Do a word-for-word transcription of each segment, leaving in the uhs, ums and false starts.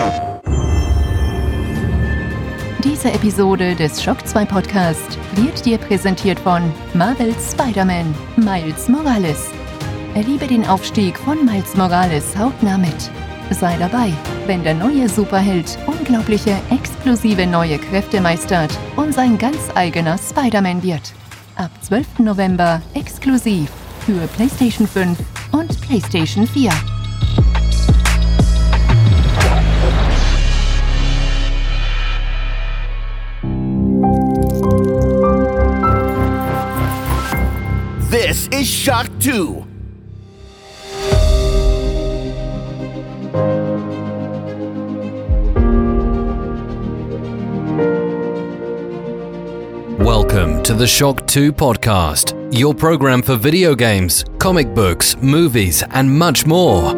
Diese Episode des Shock zwei Podcast wird dir präsentiert von Marvel's Spider-Man, Miles Morales. Erlebe den Aufstieg von Miles Morales hautnah mit. Sei dabei, wenn der neue Superheld unglaubliche, explosive neue Kräfte meistert und sein ganz eigener Spider-Man wird. Ab zwölften November exklusiv für PlayStation fünf und PlayStation vier. This is Shock two. Welcome to the Shock two podcast, your program for video games, comic books, movies, and much more.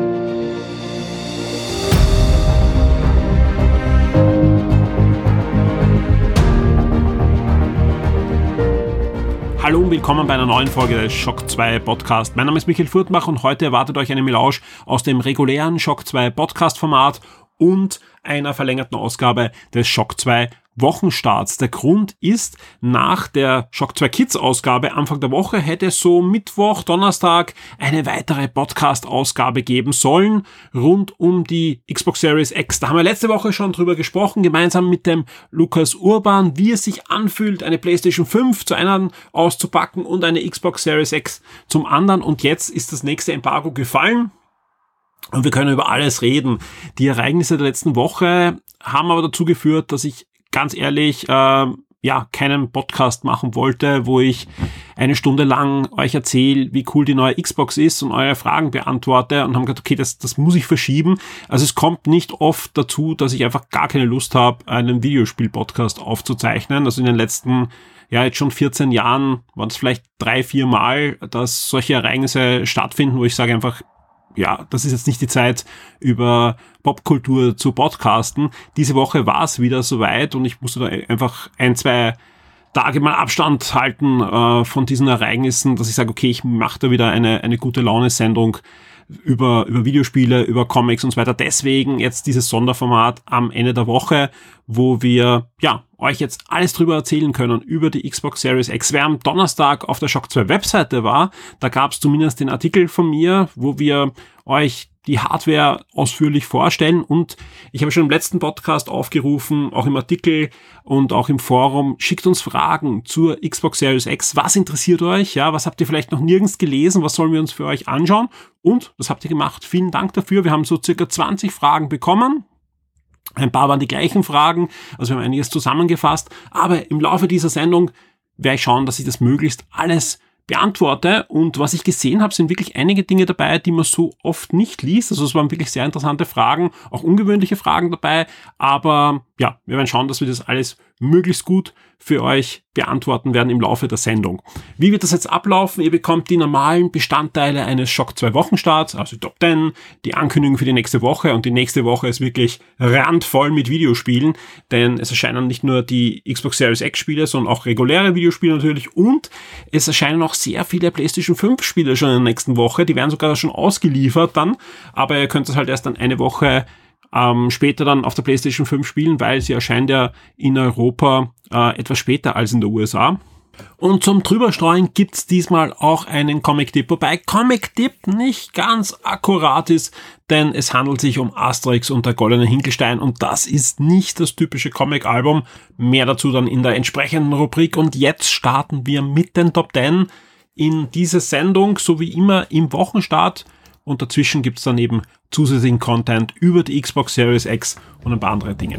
Hallo und willkommen bei einer neuen Folge des Shock zwei Podcast. Mein Name ist Michael Furtenbach und heute erwartet euch eine Melange aus dem regulären Shock zwei Podcast Format und einer verlängerten Ausgabe des Shock zwei Wochenstarts. Der Grund ist, nach der Shock zwei Kids Ausgabe Anfang der Woche hätte es so Mittwoch, Donnerstag eine weitere Podcast-Ausgabe geben sollen rund um die Xbox Series X. Da haben wir letzte Woche schon drüber gesprochen, gemeinsam mit dem Lukas Urban, wie es sich anfühlt, eine PlayStation fünf zu einem auszupacken und eine Xbox Series X zum anderen. Und jetzt ist das nächste Embargo gefallen. Und wir können über alles reden. Die Ereignisse der letzten Woche haben aber dazu geführt, dass ich ganz ehrlich, äh, ja, keinen Podcast machen wollte, wo ich eine Stunde lang euch erzähle, wie cool die neue Xbox ist und eure Fragen beantworte und haben gesagt, okay, das, das muss ich verschieben. Also es kommt nicht oft dazu, dass ich einfach gar keine Lust habe, einen Videospiel-Podcast aufzuzeichnen. Also in den letzten, ja, jetzt schon vierzehn Jahren waren es vielleicht drei, vier Mal, dass solche Ereignisse stattfinden, wo ich sage einfach, ja, das ist jetzt nicht die Zeit, über Popkultur zu podcasten. Diese Woche war es wieder soweit und ich musste da einfach ein, zwei Tage mal Abstand halten äh, von diesen Ereignissen, dass ich sage, okay, ich mache da wieder eine eine gute Laune-Sendung über über Videospiele, über Comics und so weiter. Deswegen jetzt dieses Sonderformat am Ende der Woche, wo wir ja euch jetzt alles drüber erzählen können über die Xbox Series X. Wer am Donnerstag auf der Shock zwei Webseite war, da gab es zumindest den Artikel von mir, wo wir euch die Hardware ausführlich vorstellen und ich habe schon im letzten Podcast aufgerufen, auch im Artikel und auch im Forum, schickt uns Fragen zur Xbox Series X. Was interessiert euch? Ja, was habt ihr vielleicht noch nirgends gelesen? Was sollen wir uns für euch anschauen? Und, das habt ihr gemacht. Vielen Dank dafür. Wir haben so circa zwanzig Fragen bekommen. Ein paar waren die gleichen Fragen, also wir haben einiges zusammengefasst. Aber im Laufe dieser Sendung werde ich schauen, dass ich das möglichst alles beantworte und was ich gesehen habe, sind wirklich einige Dinge dabei, die man so oft nicht liest. Also es waren wirklich sehr interessante Fragen, auch ungewöhnliche Fragen dabei, aber ja, wir werden schauen, dass wir das alles möglichst gut für euch beantworten werden im Laufe der Sendung. Wie wird das jetzt ablaufen? Ihr bekommt die normalen Bestandteile eines Shock zwei Wochenstarts, also die Top zehn, die Ankündigung für die nächste Woche und die nächste Woche ist wirklich randvoll mit Videospielen, denn es erscheinen nicht nur die Xbox Series X Spiele, sondern auch reguläre Videospiele natürlich und es erscheinen auch sehr viele PlayStation fünf Spiele schon in der nächsten Woche, die werden sogar schon ausgeliefert dann, aber ihr könnt es halt erst dann eine Woche Ähm, später dann auf der PlayStation fünf spielen, weil sie erscheint ja in Europa äh, etwas später als in der U S A. Und zum Drüberstreuen gibt's diesmal auch einen Comic-Tipp, wobei Comic-Tipp nicht ganz akkurat ist, denn es handelt sich um Asterix und der Goldene Hinkelstein und das ist nicht das typische Comic-Album. Mehr dazu dann in der entsprechenden Rubrik und jetzt starten wir mit den Top zehn in diese Sendung, so wie immer im Wochenstart. Und dazwischen gibt's dann eben zusätzlichen Content über die Xbox Series X und ein paar andere Dinge.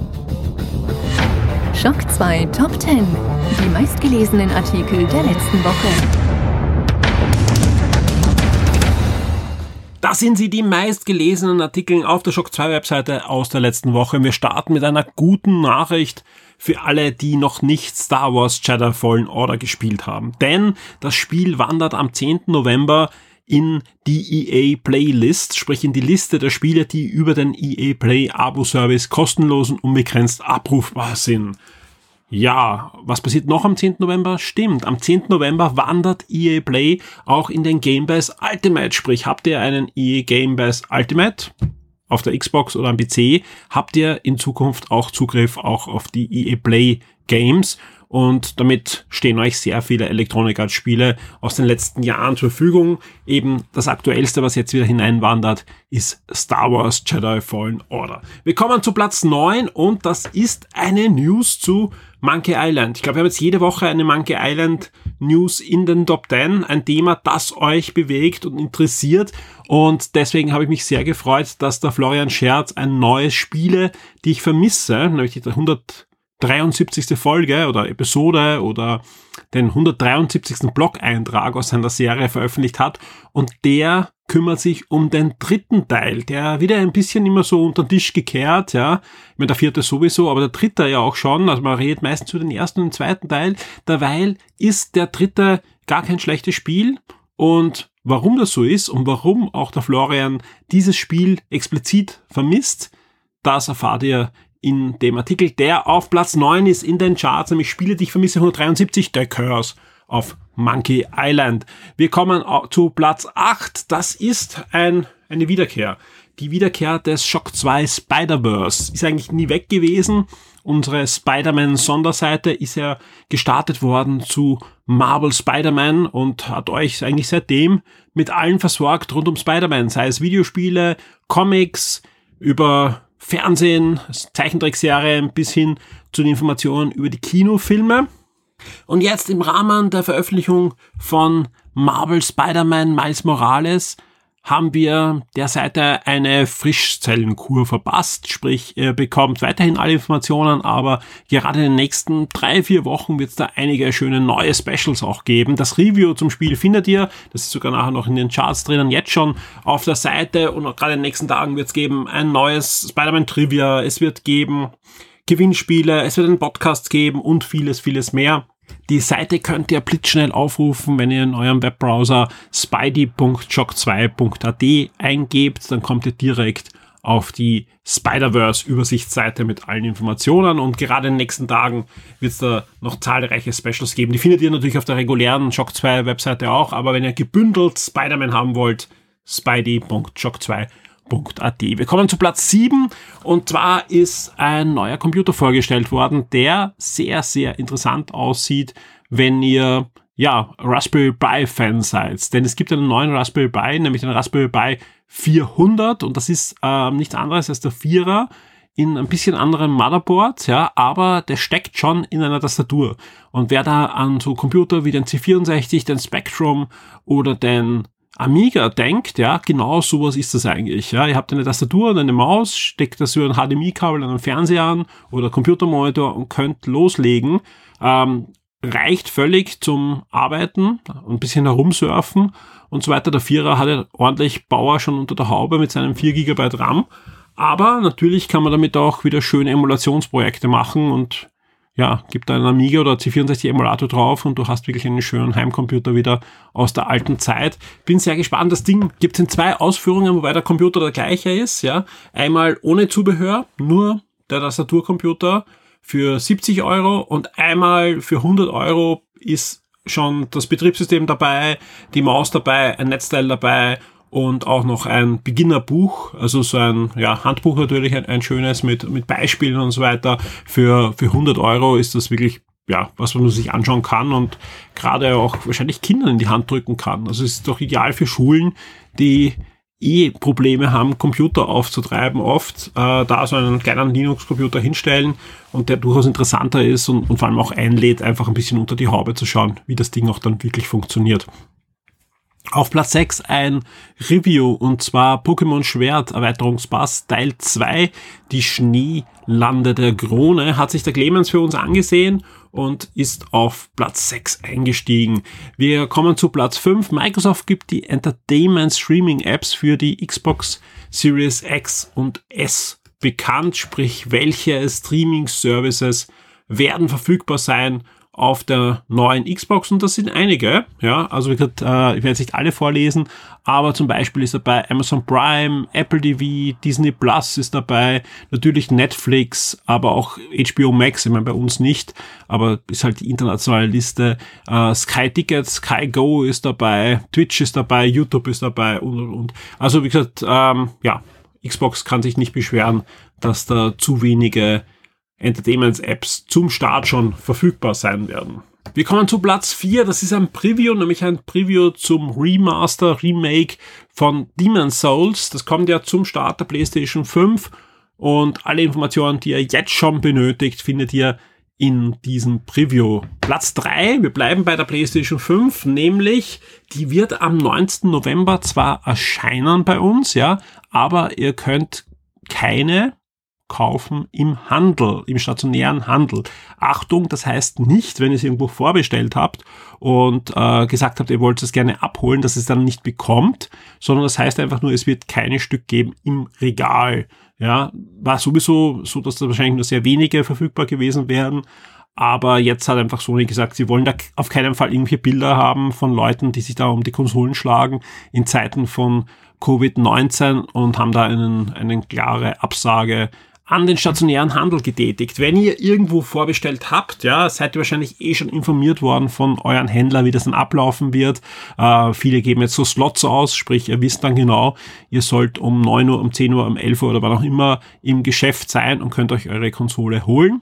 Shock zwei Top zehn. Die meistgelesenen Artikel der letzten Woche. Das sind sie, die meistgelesenen Artikel auf der Shock zwei Webseite aus der letzten Woche. Wir starten mit einer guten Nachricht für alle, die noch nicht Star Wars Jedi Fallen Order gespielt haben. Denn das Spiel wandert am zehnten November in die E A Playlist, sprich in die Liste der Spiele, die über den E A Play Abo-Service kostenlos und unbegrenzt abrufbar sind. Ja, was passiert noch am zehnten November? Stimmt, am zehnten November wandert E A Play auch in den Game Pass Ultimate, sprich habt ihr einen E A Game Pass Ultimate auf der Xbox oder am P C, habt ihr in Zukunft auch Zugriff auch auf die E A Play Games. Und damit stehen euch sehr viele Electronic Arts Spiele aus den letzten Jahren zur Verfügung. Eben das aktuellste, was jetzt wieder hineinwandert, ist Star Wars Jedi Fallen Order. Wir kommen zu Platz neun und das ist eine News zu Monkey Island. Ich glaube, wir haben jetzt jede Woche eine Monkey Island News in den Top zehn. Ein Thema, das euch bewegt und interessiert. Und deswegen habe ich mich sehr gefreut, dass der Florian Scherz ein neues Spiele, die ich vermisse, nämlich die hundertdreiundsiebzigste Folge oder Episode oder den hundertdreiundsiebzigsten Blog-Eintrag aus seiner Serie veröffentlicht hat. Und der kümmert sich um den dritten Teil, der wieder ein bisschen immer so unter den Tisch gekehrt, ja. Ich meine, der vierte sowieso, aber der dritte ja auch schon. Also man redet meistens über den ersten und den zweiten Teil. Derweil ist der dritte gar kein schlechtes Spiel. Und warum das so ist und warum auch der Florian dieses Spiel explizit vermisst, das erfahrt ihr in dem Artikel, der auf Platz neun ist in den Charts, nämlich Spiele, die ich vermisse, hundertdreiundsiebzig, The Curse of Monkey Island. Wir kommen zu Platz acht, das ist ein, eine Wiederkehr. Die Wiederkehr des Shock zwei Spider-Verse ist eigentlich nie weg gewesen. Unsere Spider-Man-Sonderseite ist ja gestartet worden zu Marvel Spider-Man und hat euch eigentlich seitdem mit allen versorgt rund um Spider-Man, sei es Videospiele, Comics, über Fernsehen, Zeichentrickserien bis hin zu den Informationen über die Kinofilme. Und jetzt im Rahmen der Veröffentlichung von Marvel Spider-Man Miles Morales haben wir der Seite eine Frischzellenkur verpasst, sprich ihr bekommt weiterhin alle Informationen, aber gerade in den nächsten drei, vier Wochen wird es da einige schöne neue Specials auch geben. Das Review zum Spiel findet ihr, das ist sogar nachher noch in den Charts drinnen, jetzt schon auf der Seite und auch gerade in den nächsten Tagen wird es geben ein neues Spider-Man Trivia, es wird geben Gewinnspiele, es wird einen Podcast geben und vieles, vieles mehr. Die Seite könnt ihr blitzschnell aufrufen, wenn ihr in eurem Webbrowser spidey punkt shock zwei punkt a t eingebt, dann kommt ihr direkt auf die Spider-Verse-Übersichtsseite mit allen Informationen und gerade in den nächsten Tagen wird es da noch zahlreiche Specials geben. Die findet ihr natürlich auf der regulären Shock zwei Webseite auch, aber wenn ihr gebündelt Spider-Man haben wollt, spidey punkt shock zwei punkt a t. Wir kommen zu Platz sieben und zwar ist ein neuer Computer vorgestellt worden, der sehr, sehr interessant aussieht, wenn ihr ja Raspberry Pi Fan seid. Denn es gibt einen neuen Raspberry Pi, nämlich den Raspberry Pi vierhundert und das ist äh, nichts anderes als der Vierer in ein bisschen anderem Motherboard, ja, aber der steckt schon in einer Tastatur. Und wer da an so Computer wie den C vierundsechzig, den Spectrum oder den Amiga denkt, ja, genau sowas ist das eigentlich. Ja, ihr habt eine Tastatur und eine Maus, steckt das über ein H D M I-Kabel an einen Fernseher an oder Computermonitor und könnt loslegen. Ähm, reicht völlig zum Arbeiten, ein bisschen herumsurfen und so weiter. Der Vierer hatte ordentlich Power schon unter der Haube mit seinem vier Gigabyte RAM. Aber natürlich kann man damit auch wieder schöne Emulationsprojekte machen und ja, gibt da einen Amiga oder C vierundsechzig Emulator drauf und du hast wirklich einen schönen Heimcomputer wieder aus der alten Zeit. Bin sehr gespannt. Das Ding gibt es in zwei Ausführungen, wobei der Computer der gleiche ist, ja. Einmal ohne Zubehör, nur der Tastaturcomputer für siebzig Euro und einmal für hundert Euro ist schon das Betriebssystem dabei, die Maus dabei, ein Netzteil dabei und auch noch ein Beginnerbuch, also so ein ja, Handbuch natürlich, ein, ein schönes mit mit Beispielen und so weiter. Für für hundert Euro ist das wirklich ja was man sich anschauen kann und gerade auch wahrscheinlich Kindern in die Hand drücken kann. Also es ist doch ideal für Schulen, die eh Probleme haben, Computer aufzutreiben oft, äh, da so einen kleinen Linux-Computer hinstellen und der durchaus interessanter ist und, und vor allem auch einlädt, einfach ein bisschen unter die Haube zu schauen, wie das Ding auch dann wirklich funktioniert. Auf Platz sechs ein Review und zwar Pokémon Schwert Erweiterungspass Teil zwei, die Schneelande der Krone, hat sich der Clemens für uns angesehen und ist auf Platz sechs eingestiegen. Wir kommen zu Platz fünf. Microsoft gibt die Entertainment Streaming Apps für die Xbox Series X und S bekannt, sprich welche Streaming Services werden verfügbar sein auf der neuen Xbox und das sind einige, ja, also wie gesagt, äh, ich werde jetzt nicht alle vorlesen, aber zum Beispiel ist dabei Amazon Prime, Apple T V, Disney Plus ist dabei, natürlich Netflix, aber auch H B O Max, ich meine bei uns nicht, aber ist halt die internationale Liste, äh, Sky Tickets, Sky Go ist dabei, Twitch ist dabei, YouTube ist dabei und und und. Also wie gesagt, ähm, ja, Xbox kann sich nicht beschweren, dass da zu wenige Entertainment-Apps zum Start schon verfügbar sein werden. Wir kommen zu Platz vier, das ist ein Preview, nämlich ein Preview zum Remaster, Remake von Demon's Souls. Das kommt ja zum Start der PlayStation fünf und alle Informationen, die ihr jetzt schon benötigt, findet ihr in diesem Preview. Platz drei, wir bleiben bei der PlayStation fünf, nämlich die wird am neunzehnten November zwar erscheinen bei uns, ja, aber ihr könnt keine kaufen im Handel, im stationären Handel. Achtung, das heißt nicht, wenn ihr es irgendwo vorbestellt habt und äh, gesagt habt, ihr wollt es gerne abholen, dass es dann nicht bekommt, sondern das heißt einfach nur, es wird keine Stück geben im Regal. Ja, war sowieso so, dass da wahrscheinlich nur sehr wenige verfügbar gewesen wären, aber jetzt hat einfach Sony gesagt, sie wollen da auf keinen Fall irgendwelche Bilder haben von Leuten, die sich da um die Konsolen schlagen in Zeiten von Covid neunzehn und haben da einen, eine klare Absage an den stationären Handel getätigt. Wenn ihr irgendwo vorbestellt habt, ja, seid ihr wahrscheinlich eh schon informiert worden von euren Händler, wie das dann ablaufen wird. Äh, viele geben jetzt so Slots aus, sprich, ihr wisst dann genau, ihr sollt um neun Uhr, um zehn Uhr, um elf Uhr oder wann auch immer im Geschäft sein und könnt euch eure Konsole holen.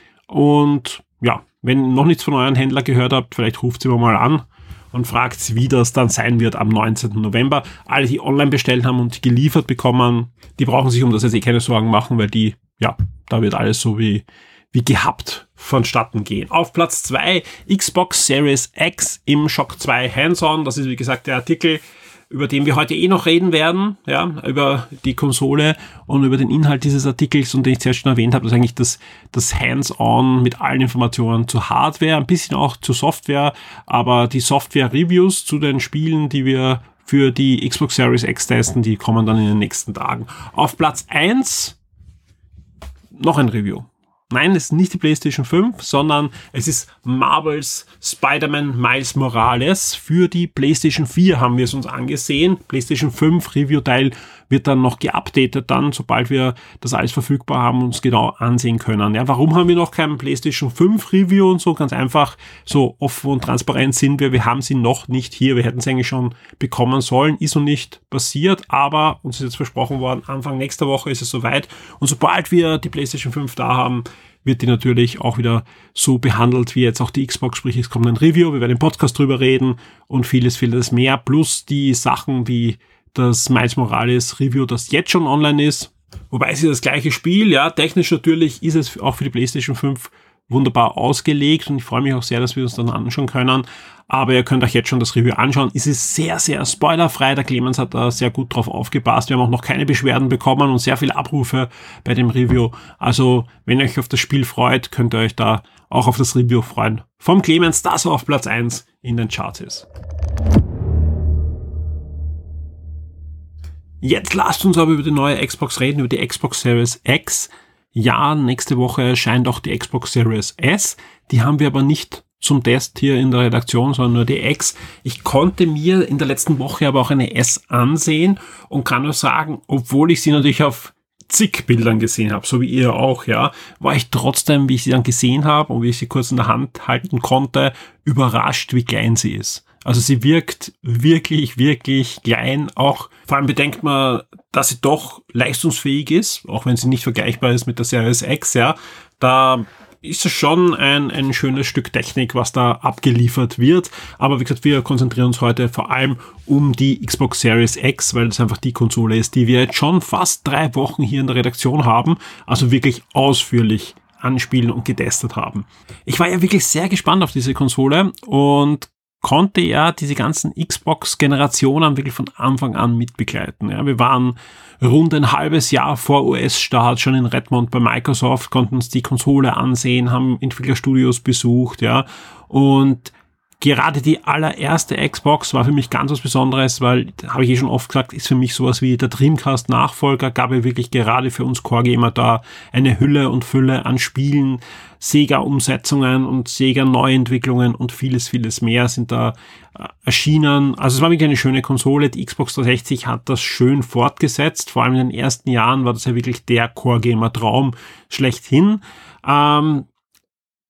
Und ja, wenn ihr noch nichts von euren Händler gehört habt, vielleicht ruft sie mal an und fragt, wie das dann sein wird am neunzehnten November. Alle, die online bestellt haben und geliefert bekommen, die brauchen sich um das jetzt eh keine Sorgen machen, weil die, ja, da wird alles so wie, wie gehabt vonstatten gehen. Auf Platz zwei, Xbox Series X im Shock zwei Hands-On. Das ist, wie gesagt, der Artikel, über den wir heute eh noch reden werden, ja, über die Konsole und über den Inhalt dieses Artikels, und den ich zuerst schon erwähnt habe, das ist eigentlich das, das Hands-on mit allen Informationen zu Hardware, ein bisschen auch zu Software, aber die Software-Reviews zu den Spielen, die wir für die Xbox Series X testen, die kommen dann in den nächsten Tagen. Auf Platz eins noch ein Review. Nein, es ist nicht die PlayStation fünf, sondern es ist Marvels Spider-Man Miles Morales. Für die PlayStation vier haben wir es uns angesehen. PlayStation fünf Review-Teil wird dann noch geupdatet dann, sobald wir das alles verfügbar haben und uns genau ansehen können. Ja, warum haben wir noch kein PlayStation fünf Review und so? Ganz einfach, so offen und transparent sind wir. Wir haben sie noch nicht hier. Wir hätten sie eigentlich schon bekommen sollen. Ist noch nicht passiert, aber uns ist jetzt versprochen worden, Anfang nächster Woche ist es soweit. Und sobald wir die PlayStation fünf da haben, wird die natürlich auch wieder so behandelt wie jetzt auch die Xbox, sprich es kommt ein Review, wir werden im Podcast drüber reden und vieles, vieles mehr, plus die Sachen wie das Miles Morales Review, das jetzt schon online ist. Wobei es ist das gleiche Spiel, ja, technisch natürlich ist es auch für die PlayStation fünf wunderbar ausgelegt und ich freue mich auch sehr, dass wir uns dann anschauen können. Aber ihr könnt euch jetzt schon das Review anschauen. Es ist sehr, sehr spoilerfrei. Der Clemens hat da sehr gut drauf aufgepasst. Wir haben auch noch keine Beschwerden bekommen und sehr viele Abrufe bei dem Review. Also, wenn ihr euch auf das Spiel freut, könnt ihr euch da auch auf das Review freuen. Vom Clemens, das auf Platz eins in den Charts ist. Jetzt lasst uns aber über die neue Xbox reden, über die Xbox Series X. Ja, nächste Woche erscheint auch die Xbox Series S. Die haben wir aber nicht zum Test hier in der Redaktion, sondern nur die X. Ich konnte mir in der letzten Woche aber auch eine S ansehen und kann nur sagen, obwohl ich sie natürlich auf zig Bildern gesehen habe, so wie ihr auch, ja, war ich trotzdem, wie ich sie dann gesehen habe und wie ich sie kurz in der Hand halten konnte, überrascht, wie klein sie ist. Also sie wirkt wirklich, wirklich klein. Auch vor allem bedenkt man, dass sie doch leistungsfähig ist, auch wenn sie nicht vergleichbar ist mit der Series X, ja. Da ist es schon ein, ein schönes Stück Technik, was da abgeliefert wird. Aber wie gesagt, wir konzentrieren uns heute vor allem um die Xbox Series X, weil das einfach die Konsole ist, die wir jetzt schon fast drei Wochen hier in der Redaktion haben. Also wirklich ausführlich anspielen und getestet haben. Ich war ja wirklich sehr gespannt auf diese Konsole und konnte ja diese ganzen Xbox-Generationen wirklich von Anfang an mitbegleiten. Ja, wir waren rund ein halbes Jahr vor U S-Start schon in Redmond bei Microsoft, konnten uns die Konsole ansehen, haben Entwicklerstudios besucht, ja, und gerade die allererste Xbox war für mich ganz was Besonderes, weil, habe ich eh schon oft gesagt, ist für mich sowas wie der Dreamcast-Nachfolger, gab ja wirklich gerade für uns Core-Gamer da eine Hülle und Fülle an Spielen, Sega-Umsetzungen und Sega-Neuentwicklungen und vieles, vieles mehr sind da äh, erschienen. Also es war wirklich eine schöne Konsole. Die Xbox dreihundertsechzig hat das schön fortgesetzt. Vor allem in den ersten Jahren war das ja wirklich der Core-Gamer-Traum schlechthin. Ähm,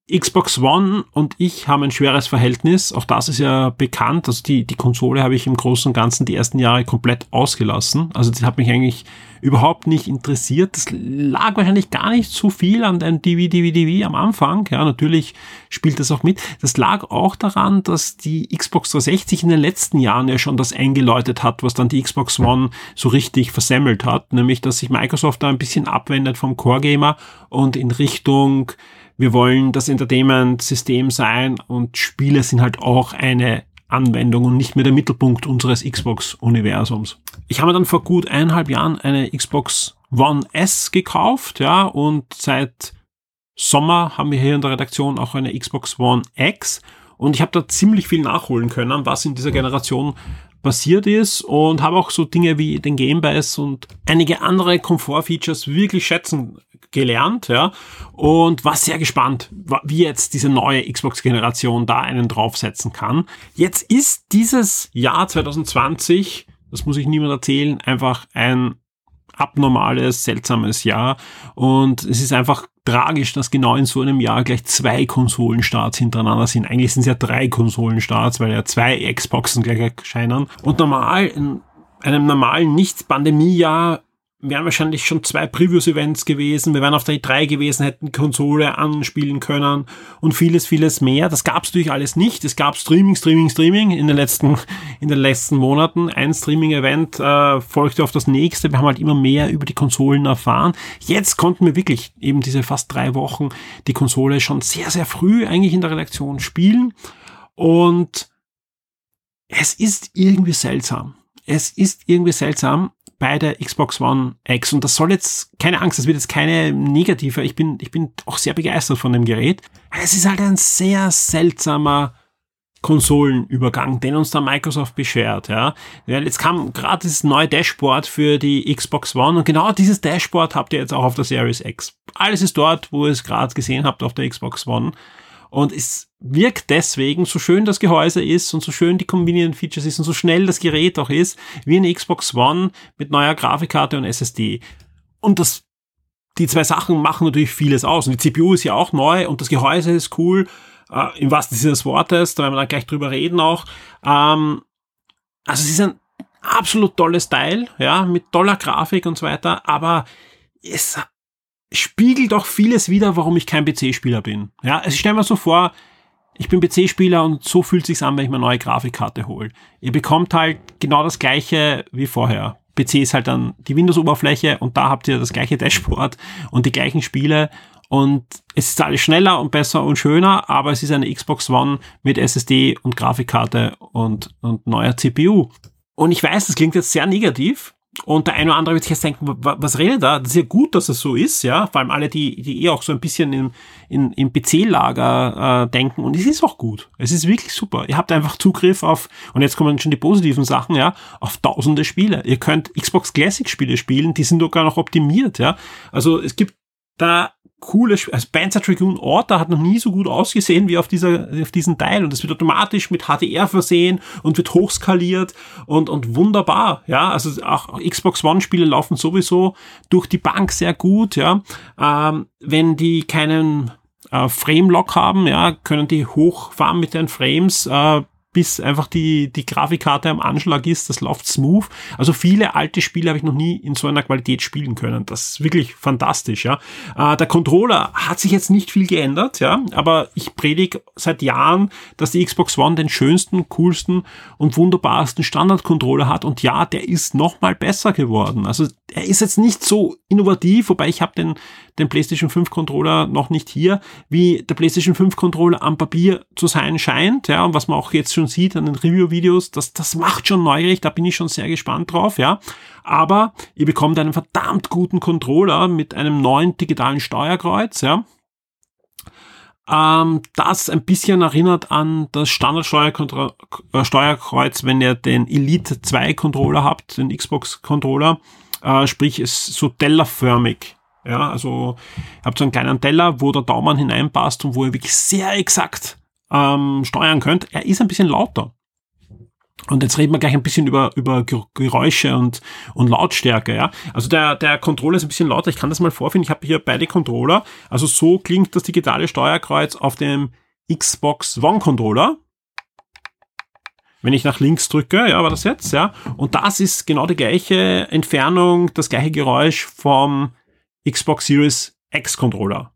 Xbox One und ich haben ein schweres Verhältnis. Auch das ist ja bekannt. Also die, die Konsole habe ich im Großen und Ganzen die ersten Jahre komplett ausgelassen. Also das hat mich eigentlich überhaupt nicht interessiert. Das lag wahrscheinlich gar nicht so viel an dem D V D V D V am Anfang. Ja, natürlich spielt das auch mit. Das lag auch daran, dass die Xbox dreihundertsechzig in den letzten Jahren ja schon das eingeläutet hat, was dann die Xbox One so richtig versemmelt hat. Nämlich, dass sich Microsoft da ein bisschen abwendet vom Core Gamer und in Richtung, wir wollen das Entertainment-System sein und Spiele sind halt auch eine Anwendung und nicht mehr der Mittelpunkt unseres Xbox-Universums. Ich habe mir dann vor gut eineinhalb Jahren eine Xbox One S gekauft, ja, und seit Sommer haben wir hier in der Redaktion auch eine Xbox One X und ich habe da ziemlich viel nachholen können, was in dieser Generation passiert ist und habe auch so Dinge wie den Game Pass und einige andere Komfort-Features wirklich schätzen gelernt, ja, und war sehr gespannt, wie jetzt diese neue Xbox-Generation da einen draufsetzen kann. Jetzt ist dieses Jahr zwanzig zwanzig, das muss ich niemand erzählen, einfach ein abnormales, seltsames Jahr und es ist einfach tragisch, dass genau in so einem Jahr gleich zwei Konsolenstarts hintereinander sind. Eigentlich sind es ja drei Konsolenstarts, weil ja zwei Xboxen gleich erscheinen. Und normal, in einem normalen Nicht-Pandemie-Jahr wären wahrscheinlich schon zwei Previews-Events gewesen. Wir wären auf der E drei gewesen, hätten Konsole anspielen können und vieles, vieles mehr. Das gab es natürlich alles nicht. Es gab Streaming, Streaming, Streaming in den letzten, in den letzten Monaten. Ein Streaming-Event äh, folgte auf das nächste. Wir haben halt immer mehr über die Konsolen erfahren. Jetzt konnten wir wirklich eben diese fast drei Wochen die Konsole schon sehr, sehr früh eigentlich in der Redaktion spielen. Und es ist irgendwie seltsam. Es ist irgendwie seltsam bei der Xbox One X. Und das soll jetzt, keine Angst, das wird jetzt keine negative. Ich bin, ich bin auch sehr begeistert von dem Gerät. Es ist halt ein sehr seltsamer Konsolenübergang, den uns da Microsoft beschert, ja. Weil jetzt kam gerade das neue Dashboard für die Xbox One und genau dieses Dashboard habt ihr jetzt auch auf der Series X. Alles ist dort, wo ihr es gerade gesehen habt auf der Xbox One. Und es wirkt deswegen, so schön das Gehäuse ist und so schön die Convenient Features ist und so schnell das Gerät auch ist, wie eine Xbox One mit neuer Grafikkarte und S S D. Und das, die zwei Sachen machen natürlich vieles aus. Und die C P U ist ja auch neu und das Gehäuse ist cool, äh, im wahrsten Sinne des Wortes, da werden wir dann gleich drüber reden auch. Ähm, also es ist ein absolut tolles Teil, ja, mit toller Grafik und so weiter, aber es spiegelt auch vieles wider, warum ich kein P C-Spieler bin. Ja, also ich stelle mir so vor, ich bin P C-Spieler und so fühlt es sich an, wenn ich mir eine neue Grafikkarte hole. Ihr bekommt halt genau das gleiche wie vorher. P C ist halt dann die Windows-Oberfläche und da habt ihr das gleiche Dashboard und die gleichen Spiele und es ist alles schneller und besser und schöner, aber es ist eine Xbox One mit S S D und Grafikkarte und, und neuer C P U. Und ich weiß, das klingt jetzt sehr negativ, und der eine oder andere wird sich jetzt denken, was redet da? Das ist ja gut, dass es so ist, ja. Vor allem alle, die, die eh auch so ein bisschen im, in, im P C-Lager äh, denken. Und es ist auch gut. Es ist wirklich super. Ihr habt einfach Zugriff auf, und jetzt kommen schon die positiven Sachen, ja, auf tausende Spiele. Ihr könnt Xbox Classic-Spiele spielen, die sind sogar noch optimiert, ja. Also es gibt da coole Spiele. Also Panzer Dragoon Orta hat noch nie so gut ausgesehen wie auf dieser, auf diesen Teil. Und es wird automatisch mit H D R versehen und wird hochskaliert und, und wunderbar, ja. Also auch Xbox One Spiele laufen sowieso durch die Bank sehr gut, ja. Ähm, wenn die keinen äh, Frame-Lock haben, ja, können die hochfahren mit den Frames, äh, bis einfach die, die Grafikkarte am Anschlag ist, das läuft smooth. Also viele alte Spiele habe ich noch nie in so einer Qualität spielen können. Das ist wirklich fantastisch, ja. Äh, der Controller hat sich jetzt nicht viel geändert, ja, aber ich predige seit Jahren, dass die Xbox One den schönsten, coolsten und wunderbarsten Standard-Controller hat und ja, der ist noch mal besser geworden. Also er ist jetzt nicht so innovativ, wobei ich habe den, den PlayStation fünf Controller noch nicht hier, wie der PlayStation fünf Controller am Papier zu sein scheint, ja, und was man auch jetzt schon sieht an den Review-Videos, das, das macht schon neugierig, da bin ich schon sehr gespannt drauf, ja. Aber ihr bekommt einen verdammt guten Controller mit einem neuen digitalen Steuerkreuz, ja. Ähm, das ein bisschen erinnert an das Standard-Steuerkreuz, wenn ihr den Elite zwei Controller habt, den Xbox-Controller, äh, sprich, ist so tellerförmig. Ja, also ihr habt so einen kleinen Teller, wo der Daumen hineinpasst und wo ihr wirklich sehr exakt ähm, steuern könnt. Er ist ein bisschen lauter. Und jetzt reden wir gleich ein bisschen über, über Geräusche und, und Lautstärke, ja. Also der, der Controller ist ein bisschen lauter. Ich kann das mal vorführen. Ich habe hier beide Controller. Also so klingt das digitale Steuerkreuz auf dem Xbox One Controller. Wenn ich nach links drücke, ja, war das jetzt, ja. Und das ist genau die gleiche Entfernung, das gleiche Geräusch vom Xbox Series X Controller.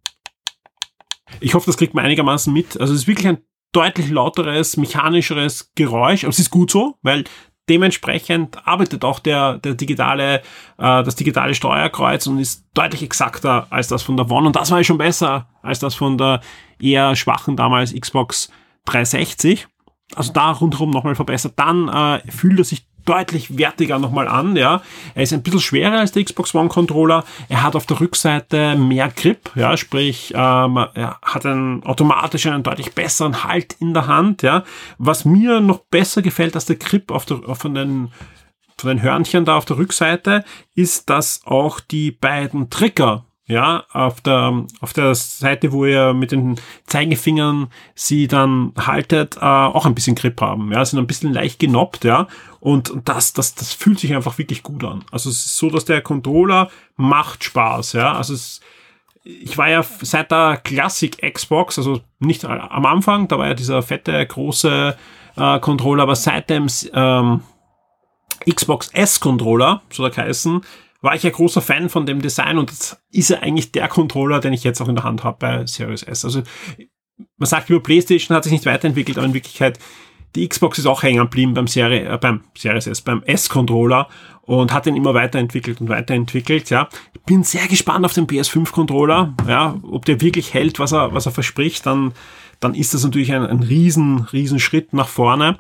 Ich hoffe, das kriegt man einigermaßen mit. Also es ist wirklich ein deutlich lauteres, mechanischeres Geräusch. Aber es ist gut so, weil dementsprechend arbeitet auch der, der digitale, äh, das digitale Steuerkreuz und ist deutlich exakter als das von der One. Und das war ja schon besser als das von der eher schwachen damals Xbox dreihundertsechzig. Also da rundherum nochmal verbessert. Dann äh, fühlt er sich deutlich wertiger nochmal an, ja. Er ist ein bisschen schwerer als der Xbox One Controller. Er hat auf der Rückseite mehr Grip, ja, sprich, ähm, er hat einen automatisch einen deutlich besseren Halt in der Hand, ja. Was mir noch besser gefällt als der Grip auf der, von den, von den Hörnchen da auf der Rückseite, ist, dass auch die beiden Trigger, ja, auf der, auf der Seite, wo ihr mit den Zeigefingern sie dann haltet, äh, auch ein bisschen Grip haben, ja, sind ein bisschen leicht genoppt, ja, und das, das, das fühlt sich einfach wirklich gut an. Also es ist so, dass der Controller macht Spaß, ja, also es, ich war ja seit der Classic Xbox, also nicht am Anfang, da war ja dieser fette, große äh, Controller, aber seit dem ähm, Xbox S Controller, so der geheißen, war ich ja großer Fan von dem Design und das ist ja eigentlich der Controller, den ich jetzt auch in der Hand habe bei Series S. Also man sagt über PlayStation hat sich nicht weiterentwickelt, aber in Wirklichkeit die Xbox ist auch hängen geblieben beim Serie, äh, beim Series S, beim S-Controller und hat den immer weiterentwickelt und weiterentwickelt, ja. Ich bin sehr gespannt auf den P S fünf Controller, ja, ob der wirklich hält, was er, was er verspricht, dann, dann ist das natürlich ein, ein riesen, riesen Schritt nach vorne.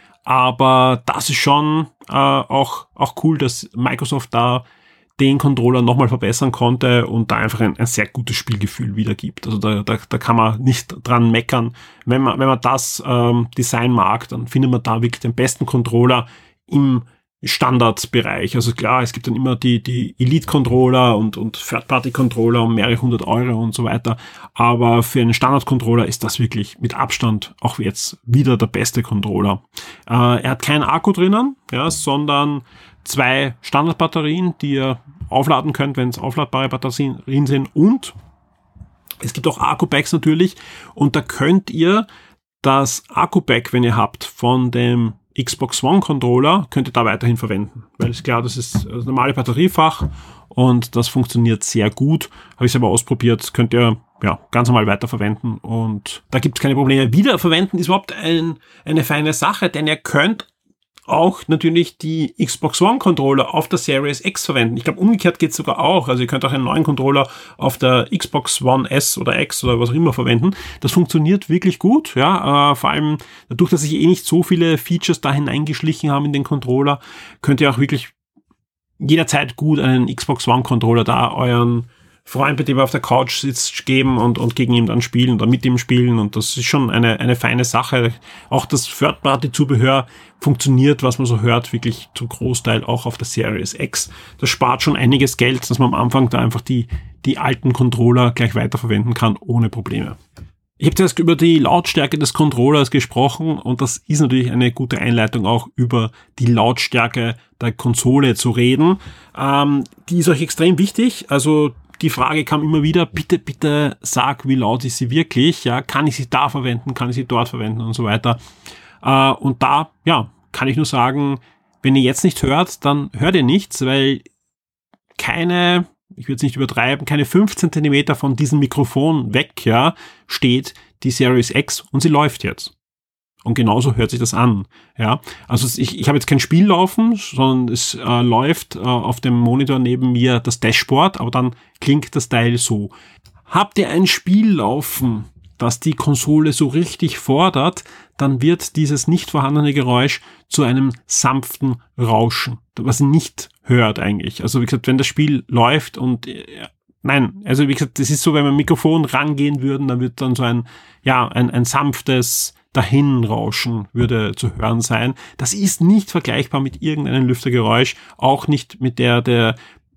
Aber das ist schon äh, auch, auch cool, dass Microsoft da den Controller nochmal verbessern konnte und da einfach ein, ein sehr gutes Spielgefühl wiedergibt. Also da, da, da kann man nicht dran meckern. Wenn man, wenn man das ähm, Design mag, dann findet man da wirklich den besten Controller im Standardbereich. Also klar, es gibt dann immer die, die Elite-Controller und, und Third-Party-Controller um mehrere hundert Euro und so weiter. Aber für einen Standard-Controller ist das wirklich mit Abstand auch jetzt wieder der beste Controller. Äh, er hat keinen Akku drinnen, ja, sondern zwei Standardbatterien, die ihr aufladen könnt, wenn es aufladbare Batterien sind. Und es gibt auch Akku-Packs natürlich. Und da könnt ihr das Akku-Pack, wenn ihr habt, von dem Xbox One Controller, könnt ihr da weiterhin verwenden. Weil ist klar, das ist das normale Batteriefach und das funktioniert sehr gut. Habe ich selber ausprobiert, könnt ihr ja ganz normal weiterverwenden und da gibt es keine Probleme. Wiederverwenden ist überhaupt ein, eine feine Sache, denn ihr könnt auch natürlich die Xbox One Controller auf der Series X verwenden. Ich glaube, umgekehrt geht es sogar auch. Also ihr könnt auch einen neuen Controller auf der Xbox One S oder X oder was auch immer verwenden. Das funktioniert wirklich gut. Ja, äh, vor allem dadurch, dass sich eh nicht so viele Features da hineingeschlichen haben in den Controller, könnt ihr auch wirklich jederzeit gut einen Xbox One Controller da euren Freund, mit dem er auf der Couch sitzt, geben und, und gegen ihn dann spielen oder mit ihm spielen. Und das ist schon eine, eine feine Sache. Auch das Third-Party-Zubehör funktioniert, was man so hört, wirklich zum Großteil auch auf der Series X. Das spart schon einiges Geld, dass man am Anfang da einfach die, die alten Controller gleich weiterverwenden kann, ohne Probleme. Ich habe zuerst über die Lautstärke des Controllers gesprochen und das ist natürlich eine gute Einleitung auch über die Lautstärke der Konsole zu reden. Ähm, die ist euch extrem wichtig, also die Frage kam immer wieder, bitte, bitte sag, wie laut ist sie wirklich, ja, kann ich sie da verwenden, kann ich sie dort verwenden und so weiter. Äh, und da, ja, kann ich nur sagen, wenn ihr jetzt nicht hört, dann hört ihr nichts, weil keine, ich würde es nicht übertreiben, keine fünfzehn Zentimeter von diesem Mikrofon weg, ja, steht die Series X und sie läuft jetzt. Und genauso hört sich das an. Ja, also ich, ich habe jetzt kein Spiel laufen, sondern es äh, läuft äh, auf dem Monitor neben mir das Dashboard, aber dann klingt das Teil so. Habt ihr ein Spiel laufen, das die Konsole so richtig fordert, dann wird dieses nicht vorhandene Geräusch zu einem sanften Rauschen, was ihr nicht hört eigentlich. Also wie gesagt, wenn das Spiel läuft und äh, nein, also wie gesagt, das ist so, wenn wir ein Mikrofon rangehen würden, dann wird dann so ein, ja, ein, ein sanftes Dahinrauschen würde zu hören sein. Das ist nicht vergleichbar mit irgendeinem Lüftergeräusch, auch nicht mit der der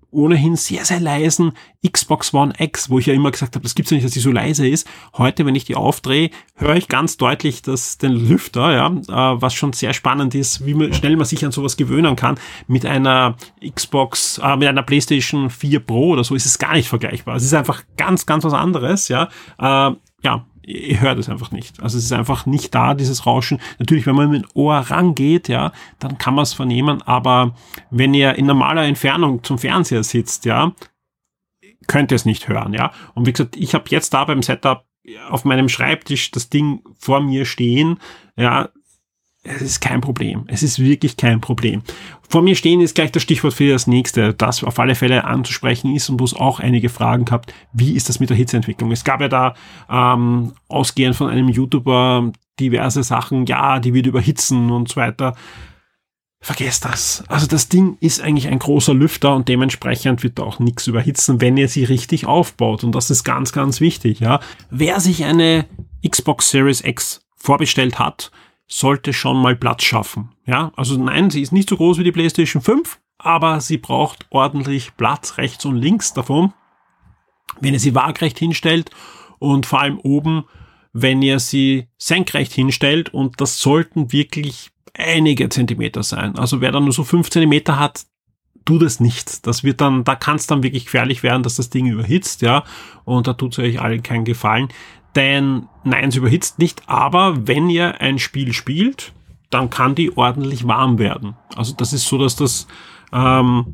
ohnehin sehr, sehr leisen Xbox One X, wo ich ja immer gesagt habe, das gibt's ja nicht, dass die so leise ist. Heute, wenn ich die aufdrehe, höre ich ganz deutlich dass den Lüfter, ja, äh, was schon sehr spannend ist, wie man, schnell man sich an sowas gewöhnen kann. Mit einer Xbox, äh, mit einer PlayStation vier Pro oder so ist es gar nicht vergleichbar. Es ist einfach ganz, ganz was anderes, ja. Äh, ja, ihr hört es einfach nicht. Also es ist einfach nicht da, dieses Rauschen. Natürlich, wenn man mit dem Ohr rangeht, ja, dann kann man es vernehmen, aber wenn ihr in normaler Entfernung zum Fernseher sitzt, ja, könnt ihr es nicht hören, ja. Und wie gesagt, ich habe jetzt da beim Setup auf meinem Schreibtisch das Ding vor mir stehen, ja, es ist kein Problem. Es ist wirklich kein Problem. Vor mir stehen ist gleich das Stichwort für das nächste, das auf alle Fälle anzusprechen ist und wo es auch einige Fragen gab. Wie ist das mit der Hitzeentwicklung? Es gab ja da ähm, ausgehend von einem YouTuber diverse Sachen, ja, die wird überhitzen und so weiter. Vergesst das. Also das Ding ist eigentlich ein großer Lüfter und dementsprechend wird da auch nichts überhitzen, wenn ihr sie richtig aufbaut. Und das ist ganz, ganz wichtig. Ja, wer sich eine Xbox Series X vorbestellt hat, sollte schon mal Platz schaffen. Ja, also nein, sie ist nicht so groß wie die PlayStation fünf, aber sie braucht ordentlich Platz rechts und links davon, wenn ihr sie waagrecht hinstellt und vor allem oben, wenn ihr sie senkrecht hinstellt, und das sollten wirklich einige Zentimeter sein. Also wer dann nur so fünf Zentimeter hat, tut es nicht. Das wird dann, da kann es dann wirklich gefährlich werden, dass das Ding überhitzt, ja, und da tut es euch allen keinen Gefallen. Denn nein, es überhitzt nicht, aber wenn ihr ein Spiel spielt, dann kann die ordentlich warm werden. Also das ist so, dass das ähm,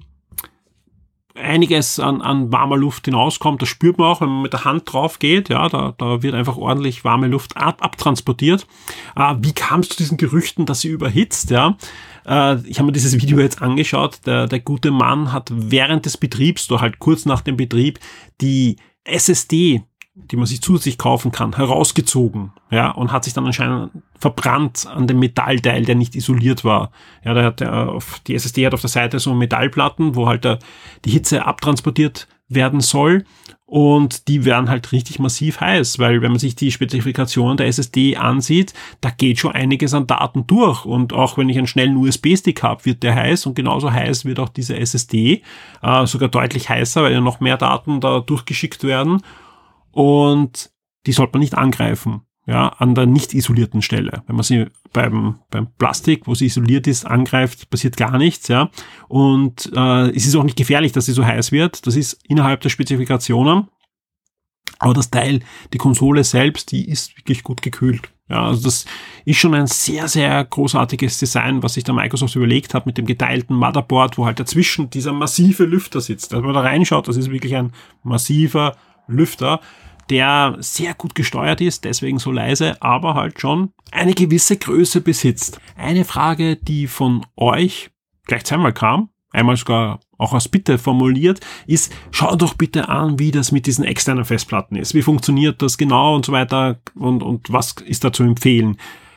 einiges an, an warmer Luft hinauskommt. Das spürt man auch, wenn man mit der Hand drauf geht. Ja, da, da wird einfach ordentlich warme Luft ab, abtransportiert. Äh, wie kam es zu diesen Gerüchten, dass sie überhitzt? Ja, äh, ich habe mir dieses Video jetzt angeschaut. Der, der gute Mann hat während des Betriebs, oder halt kurz nach dem Betrieb, die S S D, die man sich zusätzlich kaufen kann, herausgezogen, ja, und hat sich dann anscheinend verbrannt an dem Metallteil, der nicht isoliert war. Ja, da hat er auf, die S S D hat auf der Seite so Metallplatten, wo halt der, die Hitze abtransportiert werden soll, und die werden halt richtig massiv heiß, weil wenn man sich die Spezifikationen der S S D ansieht, da geht schon einiges an Daten durch, und auch wenn ich einen schnellen U S B-Stick habe, wird der heiß, und genauso heiß wird auch diese S S D, äh, sogar deutlich heißer, weil ja noch mehr Daten da durchgeschickt werden. Und die sollte man nicht angreifen, ja, an der nicht isolierten Stelle. Wenn man sie beim, beim Plastik, wo sie isoliert ist, angreift, passiert gar nichts, ja. Und äh, es ist auch nicht gefährlich, dass sie so heiß wird. Das ist innerhalb der Spezifikationen. Aber das Teil, die Konsole selbst, die ist wirklich gut gekühlt. Ja, also das ist schon ein sehr, sehr großartiges Design, was sich der Microsoft überlegt hat mit dem geteilten Motherboard, wo halt dazwischen dieser massive Lüfter sitzt. Wenn man da reinschaut, das ist wirklich ein massiver Lüfter, der sehr gut gesteuert ist, deswegen so leise, aber halt schon eine gewisse Größe besitzt. Eine Frage, die von euch gleich zweimal kam, einmal sogar auch als Bitte formuliert, ist, schau doch bitte an, wie das mit diesen externen Festplatten ist. Wie funktioniert das genau und so weiter, und, und was ist da zu empfehlen?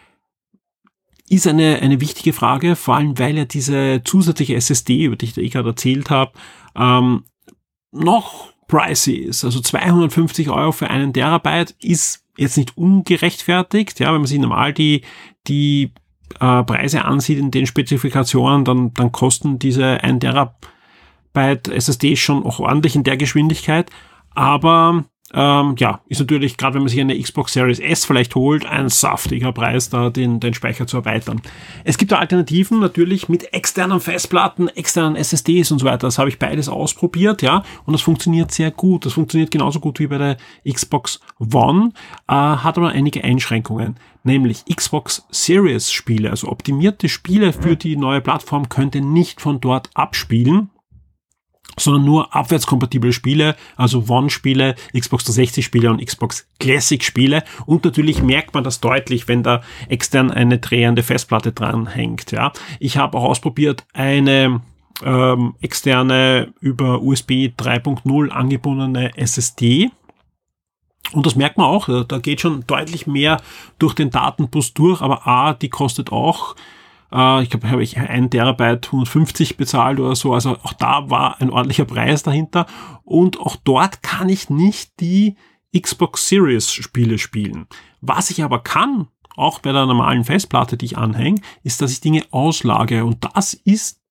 Ist eine, eine wichtige Frage, vor allem weil ja diese zusätzliche S S D, über die ich gerade erzählt habe, ähm, noch pricey ist. Also zweihundertfünfzig Euro für einen Terabyte ist jetzt nicht ungerechtfertigt. Ja, wenn man sich normal die, die äh, Preise ansieht in den Spezifikationen, dann, dann kosten diese ein Terabyte S S D schon auch ordentlich in der Geschwindigkeit. Aber ähm, ja, ist natürlich, gerade wenn man sich eine Xbox Series S vielleicht holt, ein saftiger Preis, da den, den Speicher zu erweitern. Es gibt Alternativen natürlich mit externen Festplatten, externen S S Ds und so weiter. Das habe ich beides ausprobiert, ja, und das funktioniert sehr gut. Das funktioniert genauso gut wie bei der Xbox One, äh, hat aber einige Einschränkungen. Nämlich Xbox Series Spiele, also optimierte Spiele für die neue Plattform, könnt ihr nicht von dort abspielen, sondern nur abwärtskompatible Spiele, also One-Spiele, Xbox dreihundertsechzig-Spiele und Xbox Classic-Spiele. Und natürlich merkt man das deutlich, wenn da extern eine drehende Festplatte dran hängt. Ja, ich habe auch ausprobiert eine ähm, externe über U S B drei Punkt null angebundene S S D. Und das merkt man auch, da geht schon deutlich mehr durch den Datenbus durch, aber A, die kostet auch, äh, ich glaube, habe ich ein Terabyte hundertfünfzig bezahlt oder so, also auch da war ein ordentlicher Preis dahinter, und auch dort kann ich nicht die Xbox Series Spiele spielen. Was ich aber kann, auch bei der normalen Festplatte, die ich anhänge, ist, dass ich Dinge auslagere, und das ist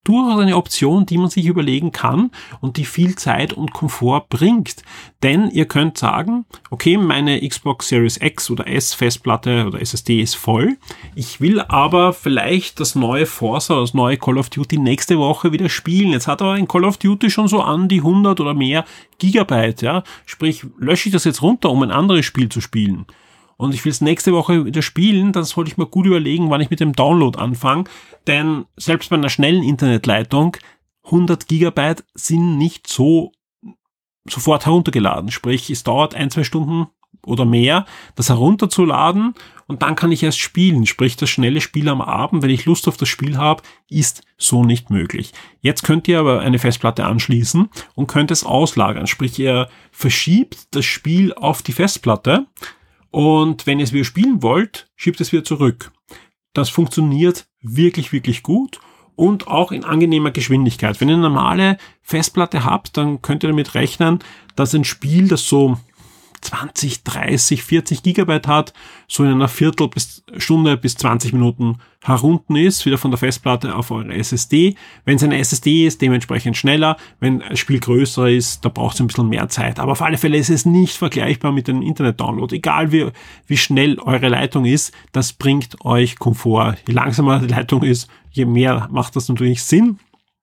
durchaus eine Option, die man sich überlegen kann und die viel Zeit und Komfort bringt. Denn ihr könnt sagen, okay, meine Xbox Series X oder S Festplatte oder S S D ist voll. Ich will aber vielleicht das neue Forza, das neue Call of Duty nächste Woche wieder spielen. Jetzt hat aber ein Call of Duty schon so an die hundert oder mehr Gigabyte, ja. Sprich, lösche ich das jetzt runter, um ein anderes Spiel zu spielen. Und ich will es nächste Woche wieder spielen, dann sollte ich mir gut überlegen, wann ich mit dem Download anfange. Denn selbst bei einer schnellen Internetleitung, hundert Gigabyte sind nicht so sofort heruntergeladen. Sprich, es dauert ein, zwei Stunden oder mehr, das herunterzuladen und dann kann ich erst spielen. Sprich, das schnelle Spiel am Abend, wenn ich Lust auf das Spiel habe, ist so nicht möglich. Jetzt könnt ihr aber eine Festplatte anschließen und könnt es auslagern. Sprich, ihr verschiebt das Spiel auf die Festplatte. Und wenn ihr es wieder spielen wollt, schiebt es wieder zurück. Das funktioniert wirklich, wirklich gut und auch in angenehmer Geschwindigkeit. Wenn ihr eine normale Festplatte habt, dann könnt ihr damit rechnen, dass ein Spiel, das so zwanzig, dreißig, vierzig Gigabyte hat, so in einer Viertel bis Stunde bis zwanzig Minuten herunten ist, wieder von der Festplatte auf eure S S D. Wenn es eine S S D ist, dementsprechend schneller. Wenn ein Spiel größer ist, da braucht es ein bisschen mehr Zeit. Aber auf alle Fälle ist es nicht vergleichbar mit dem Internet-Download. Egal wie, wie schnell eure Leitung ist, das bringt euch Komfort. Je langsamer die Leitung ist, je mehr macht das natürlich Sinn.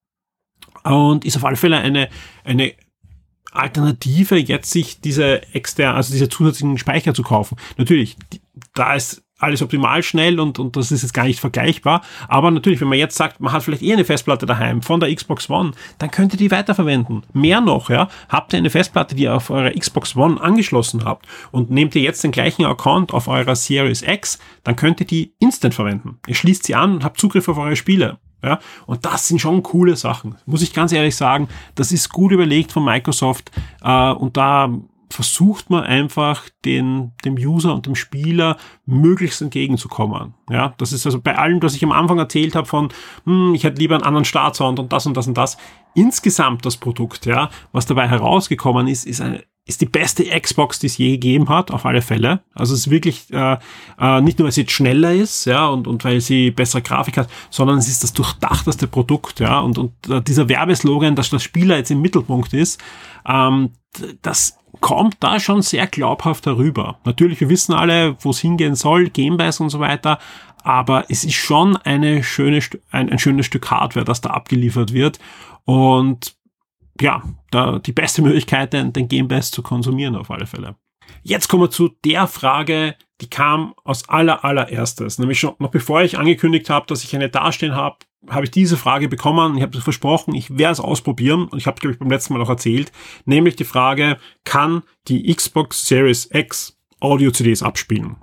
Und ist auf alle Fälle eine, eine Alternative, jetzt sich diese externe, also diese zusätzlichen Speicher zu kaufen. Natürlich, da ist alles optimal schnell und, und das ist jetzt gar nicht vergleichbar. Aber natürlich, wenn man jetzt sagt, man hat vielleicht eh eine Festplatte daheim von der Xbox One, dann könnt ihr die weiterverwenden. Mehr noch, ja, habt ihr eine Festplatte, die ihr auf eurer Xbox One angeschlossen habt und nehmt ihr jetzt den gleichen Account auf eurer Series X, dann könnt ihr die instant verwenden. Ihr schließt sie an und habt Zugriff auf eure Spiele. Ja, und das sind schon coole Sachen. Muss ich ganz ehrlich sagen, das ist gut überlegt von Microsoft äh, und da versucht man einfach den, dem User und dem Spieler möglichst entgegenzukommen. Ja, das ist also bei allem, was ich am Anfang erzählt habe von, hm, ich hätte lieber einen anderen Startsound und das und das und das. Insgesamt das Produkt, ja, was dabei herausgekommen ist, ist eine ist die beste Xbox, die es je gegeben hat, auf alle Fälle. Also es ist wirklich äh, äh, nicht nur, weil sie jetzt schneller ist, ja, und und weil sie bessere Grafik hat, sondern es ist das durchdachteste Produkt, ja, und und äh, dieser Werbeslogan, dass das Spieler jetzt im Mittelpunkt ist, ähm, das kommt da schon sehr glaubhaft herüber. Natürlich, wir wissen alle, wo es hingehen soll, Gamebase und so weiter, aber es ist schon eine schöne, ein, ein schönes Stück Hardware, das da abgeliefert wird und ja, da die beste Möglichkeit, den, den Game Pass zu konsumieren auf alle Fälle. Jetzt kommen wir zu der Frage, die kam als aller allererstes. Nämlich schon noch bevor ich angekündigt habe, dass ich eine dastehen habe, habe ich diese Frage bekommen. Ich habe versprochen, ich werde es ausprobieren und ich habe, glaube ich, beim letzten Mal auch erzählt. Nämlich die Frage, kann die Xbox Series X Audio-C Ds abspielen?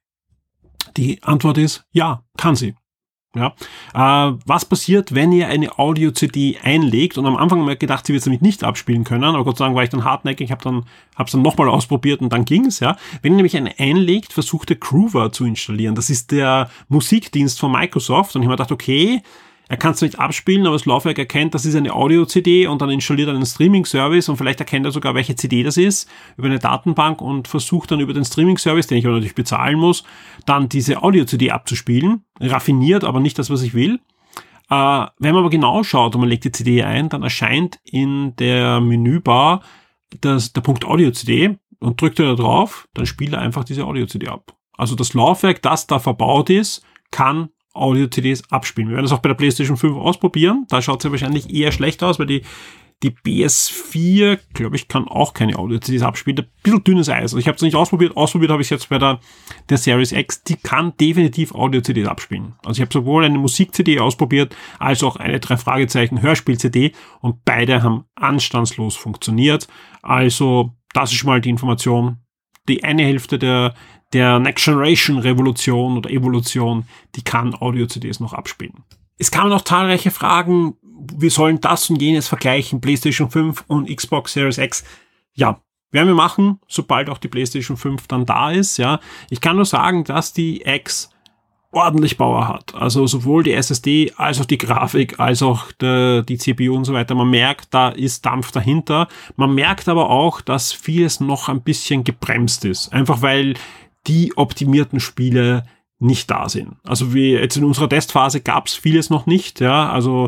Die Antwort ist, ja, kann sie. Ja, äh, was passiert, wenn ihr eine Audio-C D einlegt? Und am Anfang habe ich gedacht, sie wird es damit nicht abspielen können, aber Gott sei Dank war ich dann hartnäckig, habe dann habe es dann nochmal ausprobiert und dann ging es, ja. Wenn ihr nämlich eine einlegt, versucht ihr Groover zu installieren. Das ist der Musikdienst von Microsoft und ich habe mir gedacht, okay, er kann es nicht abspielen, aber das Laufwerk erkennt, das ist eine Audio-C D und dann installiert er einen Streaming-Service und vielleicht erkennt er sogar, welche C D das ist, über eine Datenbank und versucht dann über den Streaming-Service, den ich aber natürlich bezahlen muss, dann diese Audio-C D abzuspielen. Raffiniert, aber nicht das, was ich will. Äh, wenn man aber genau schaut und man legt die C D ein, dann erscheint in der Menübar das, der Punkt Audio-C D und drückt er da drauf, dann spielt er einfach diese Audio-C D ab. Also das Laufwerk, das da verbaut ist, kann Audio-C Ds abspielen. Wir werden das auch bei der PlayStation fünf ausprobieren. Da schaut es ja wahrscheinlich eher schlecht aus, weil die, die P S vier, glaube ich, kann auch keine Audio-C Ds abspielen. Ein bisschen dünnes Eis. Also ich habe es nicht ausprobiert. Ausprobiert habe ich es jetzt bei der, der Series X. Die kann definitiv Audio-C Ds abspielen. Also ich habe sowohl eine Musik-C D ausprobiert, als auch eine drei Fragezeichen Hörspiel-C D und beide haben anstandslos funktioniert. Also das ist schon mal die Information. Die eine Hälfte der der Next Generation Revolution oder Evolution, die kann Audio-C Ds noch abspielen. Es kamen auch zahlreiche Fragen, wir sollen das und jenes vergleichen, PlayStation fünf und Xbox Series X. Ja, werden wir machen, sobald auch die PlayStation fünf dann da ist. Ja, ich kann nur sagen, dass die X ordentlich Power hat. Also sowohl die S S D als auch die Grafik, als auch die, die C P U und so weiter. Man merkt, da ist Dampf dahinter. Man merkt aber auch, dass vieles noch ein bisschen gebremst ist. Einfach weil die optimierten Spiele nicht da sind. Also wie jetzt in unserer Testphase gab es vieles noch nicht, ja, also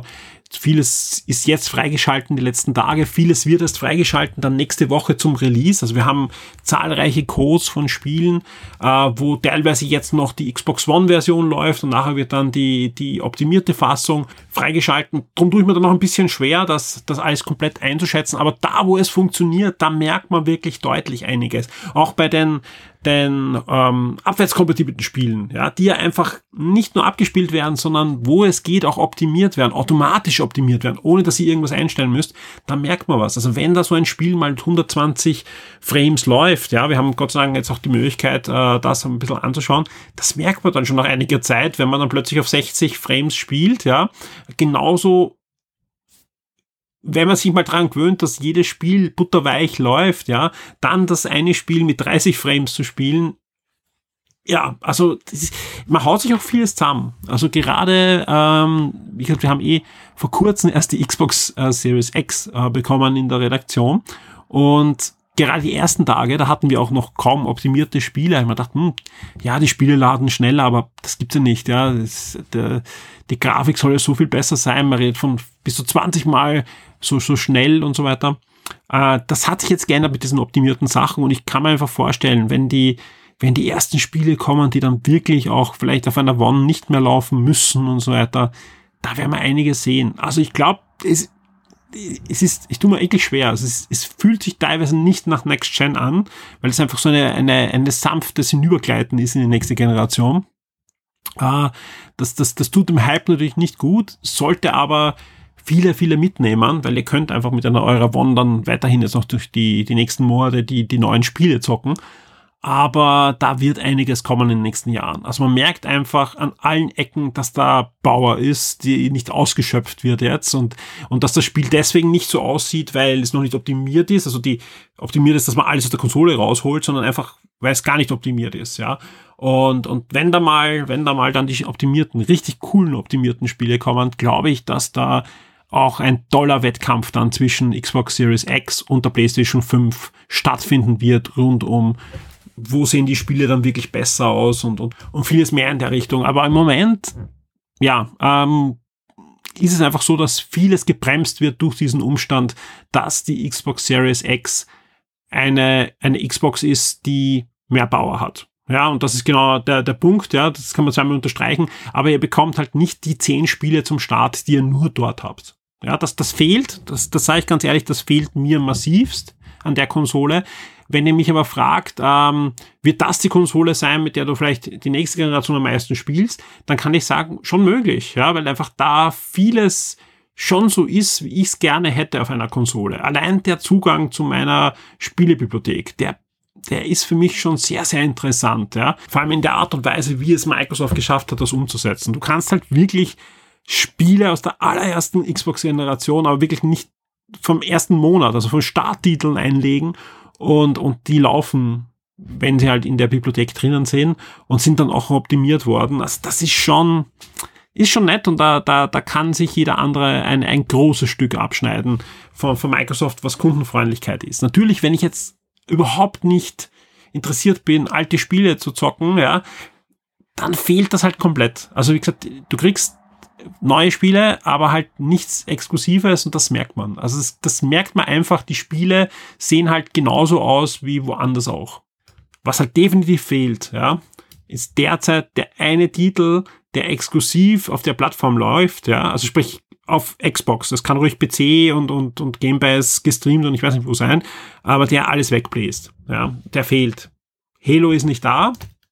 vieles ist jetzt freigeschalten die letzten Tage, vieles wird erst freigeschalten dann nächste Woche zum Release. Also wir haben zahlreiche Codes von Spielen, äh, wo teilweise jetzt noch die Xbox One-Version läuft und nachher wird dann die die optimierte Fassung freigeschalten. Darum tue ich mir dann noch ein bisschen schwer, das, das alles komplett einzuschätzen. Aber da, wo es funktioniert, da merkt man wirklich deutlich einiges. Auch bei den den ähm, abwärtskompatiblen Spielen, ja, die ja einfach nicht nur abgespielt werden, sondern wo es geht, auch optimiert werden, automatisch optimiert werden, ohne dass ihr irgendwas einstellen müsst, da merkt man was. Also wenn da so ein Spiel mal mit hundertzwanzig Frames läuft, ja, wir haben Gott sei Dank jetzt auch die Möglichkeit, äh, das ein bisschen anzuschauen, das merkt man dann schon nach einiger Zeit, wenn man dann plötzlich auf sechzig Frames spielt, ja, genauso wenn man sich mal dran gewöhnt, dass jedes Spiel butterweich läuft, ja, dann das eine Spiel mit dreißig Frames zu spielen, ja, also das ist, man haut sich auch vieles zusammen. Also gerade, ähm, wie gesagt, wir haben eh vor kurzem erst die Xbox äh, Series X äh, bekommen in der Redaktion und gerade die ersten Tage, da hatten wir auch noch kaum optimierte Spiele. Ich mir gedacht, hm, ja, die Spiele laden schneller, aber das gibt's ja nicht, ja. Das, der, die Grafik soll ja so viel besser sein. Man redet von bis zu zwanzig Mal so, so schnell und so weiter. Äh, das hat sich jetzt geändert mit diesen optimierten Sachen und ich kann mir einfach vorstellen, wenn die, wenn die ersten Spiele kommen, die dann wirklich auch vielleicht auf einer One nicht mehr laufen müssen und so weiter, da werden wir einiges sehen. Also ich glaube, es es ist, ich tue mir eklig schwer. Also es, es fühlt sich teilweise nicht nach Next Gen an, weil es einfach so eine, eine, eine sanftes Hinübergleiten ist in die nächste Generation. Äh, das, das, das tut dem Hype natürlich nicht gut, sollte aber viele, viele mitnehmen, weil ihr könnt einfach mit einer eurer One dann weiterhin jetzt noch durch die, die nächsten Monate die, die neuen Spiele zocken. Aber da wird einiges kommen in den nächsten Jahren. Also man merkt einfach an allen Ecken, dass da Power ist, die nicht ausgeschöpft wird jetzt und, und dass das Spiel deswegen nicht so aussieht, weil es noch nicht optimiert ist. Also die optimiert ist, dass man alles aus der Konsole rausholt, sondern einfach, weil es gar nicht optimiert ist, ja. Und, und wenn da mal, wenn da mal dann die optimierten, richtig coolen optimierten Spiele kommen, glaube ich, dass da auch ein toller Wettkampf dann zwischen Xbox Series X und der PlayStation fünf stattfinden wird, rund um wo sehen die Spiele dann wirklich besser aus und, und, und vieles mehr in der Richtung. Aber im Moment, ja, ähm, ist es einfach so, dass vieles gebremst wird durch diesen Umstand, dass die Xbox Series X eine, eine Xbox ist, die mehr Power hat. Ja, und das ist genau der, der Punkt, ja, das kann man zweimal unterstreichen, aber ihr bekommt halt nicht die zehn Spiele zum Start, die ihr nur dort habt. Ja, das, das fehlt, das, das sage ich ganz ehrlich, das fehlt mir massivst an der Konsole. Wenn ihr mich aber fragt, ähm, wird das die Konsole sein, mit der du vielleicht die nächste Generation am meisten spielst, dann kann ich sagen, schon möglich, ja, weil einfach da vieles schon so ist, wie ich es gerne hätte auf einer Konsole. Allein der Zugang zu meiner Spielebibliothek, der der ist für mich schon sehr, sehr interessant, ja. Vor allem in der Art und Weise, wie es Microsoft geschafft hat, das umzusetzen. Du kannst halt wirklich Spiele aus der allerersten Xbox-Generation, aber wirklich nicht vom ersten Monat, also von Starttiteln einlegen und, und die laufen, wenn sie halt in der Bibliothek drinnen sind und sind dann auch optimiert worden. Also das ist schon, ist schon nett und da, da, da kann sich jeder andere ein, ein großes Stück abschneiden von, von Microsoft, was Kundenfreundlichkeit ist. Natürlich, wenn ich jetzt überhaupt nicht interessiert bin, alte Spiele zu zocken, ja, dann fehlt das halt komplett. Also wie gesagt, du kriegst neue Spiele, aber halt nichts Exklusives und das merkt man. Also das, das merkt man einfach, die Spiele sehen halt genauso aus wie woanders auch. Was halt definitiv fehlt, ja, ist derzeit der eine Titel, der exklusiv auf der Plattform läuft, ja, also sprich auf Xbox. Das kann ruhig P C und, und, und Game Pass gestreamt und ich weiß nicht wo sein, aber der alles wegbläst, ja, der fehlt. Halo ist nicht da.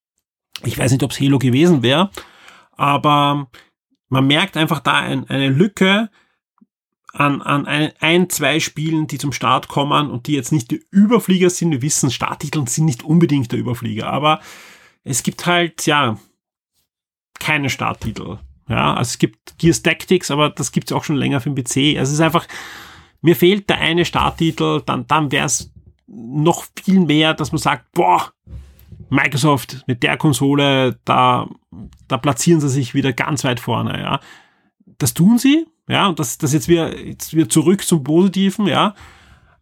Ich weiß nicht, ob es Halo gewesen wäre, aber man merkt einfach da ein, eine Lücke an, an ein, ein, zwei Spielen, die zum Start kommen und die jetzt nicht die Überflieger sind. Wir wissen, Starttitel sind nicht unbedingt der Überflieger, aber es gibt halt, ja, keine Starttitel. Ja, also es gibt Gears Tactics, aber das gibt es auch schon länger für den P C. Also es ist einfach, mir fehlt der eine Starttitel, dann, dann wäre es noch viel mehr, dass man sagt, boah, Microsoft mit der Konsole, da, da platzieren sie sich wieder ganz weit vorne, ja. Das tun sie, ja, und das, das jetzt wieder, jetzt wieder zurück zum Positiven, ja.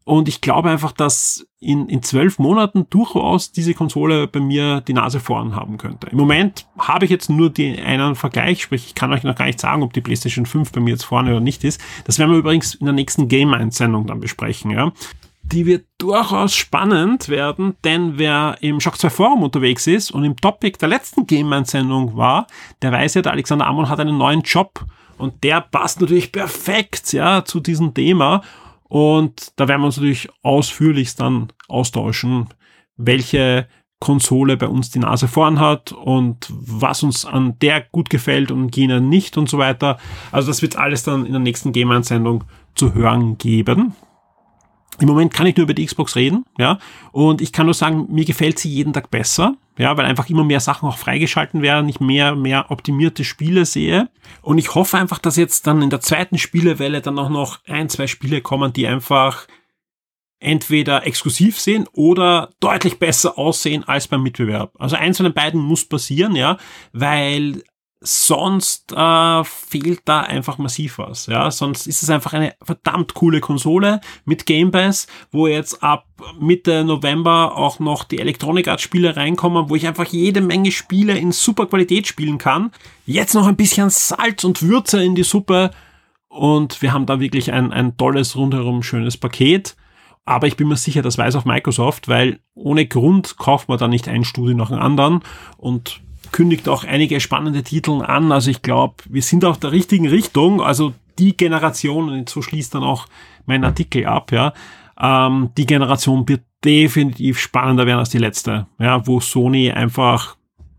Und ich glaube einfach, dass in in zwölf Monaten durchaus diese Konsole bei mir die Nase vorn haben könnte. Im Moment habe ich jetzt nur die einen Vergleich, sprich, ich kann euch noch gar nicht sagen, ob die PlayStation fünf bei mir jetzt vorne oder nicht ist. Das werden wir übrigens in der nächsten Game-Einsendung dann besprechen, ja. Die wird durchaus spannend werden, denn wer im Shock zwei Forum unterwegs ist und im Topic der letzten Game-Einsendung war, der weiß ja, der Alexander Amon hat einen neuen Job und der passt natürlich perfekt, ja, zu diesem Thema. Und da werden wir uns natürlich ausführlichst dann austauschen, welche Konsole bei uns die Nase vorn hat und was uns an der gut gefällt und jener nicht und so weiter. Also das wird alles dann in der nächsten Game-Einsendung zu hören geben. Im Moment kann ich nur über die Xbox reden, ja, und ich kann nur sagen, mir gefällt sie jeden Tag besser, ja, weil einfach immer mehr Sachen auch freigeschalten werden, ich mehr, mehr optimierte Spiele sehe und ich hoffe einfach, dass jetzt dann in der zweiten Spielewelle dann auch noch ein, zwei Spiele kommen, die einfach entweder exklusiv sind oder deutlich besser aussehen als beim Mitbewerb. Also eins von den beiden muss passieren, ja, weil sonst äh, fehlt da einfach massiv was, ja, sonst ist es einfach eine verdammt coole Konsole mit Game Pass, wo jetzt ab Mitte November auch noch die Electronic Arts Spiele reinkommen, wo ich einfach jede Menge Spiele in super Qualität spielen kann. Jetzt noch ein bisschen Salz und Würze in die Suppe und wir haben da wirklich ein, ein tolles, rundherum schönes Paket. Aber ich bin mir sicher, das weiß auch Microsoft, weil ohne Grund kauft man da nicht ein Studio nach dem anderen und kündigt auch einige spannende Titel an. Also ich glaube, wir sind auf der richtigen Richtung. Also die Generation, und so schließt dann auch mein Artikel ab, ja, ähm, die Generation wird definitiv spannender werden als die letzte, ja, wo Sony einfach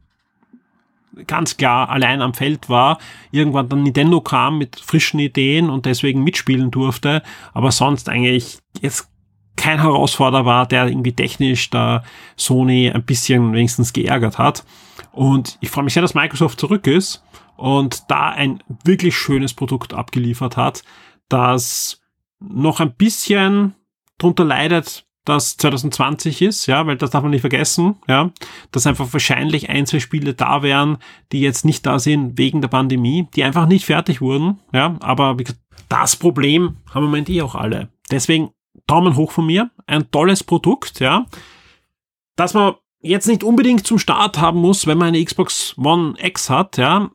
ganz klar allein am Feld war, irgendwann dann Nintendo kam mit frischen Ideen und deswegen mitspielen durfte, aber sonst eigentlich jetzt kein Herausforderer war, der irgendwie technisch da Sony ein bisschen wenigstens geärgert hat. Und ich freue mich sehr, dass Microsoft zurück ist und da ein wirklich schönes Produkt abgeliefert hat, das noch ein bisschen drunter leidet, dass zwanzig zwanzig ist, ja, weil das darf man nicht vergessen, ja, dass einfach wahrscheinlich ein, zwei Spiele da wären, die jetzt nicht da sind wegen der Pandemie, die einfach nicht fertig wurden, ja, aber wie gesagt, das Problem haben im Moment eh auch alle. Deswegen Daumen hoch von mir, ein tolles Produkt, ja, dass man jetzt nicht unbedingt zum Start haben muss, wenn man eine Xbox One X hat, ja,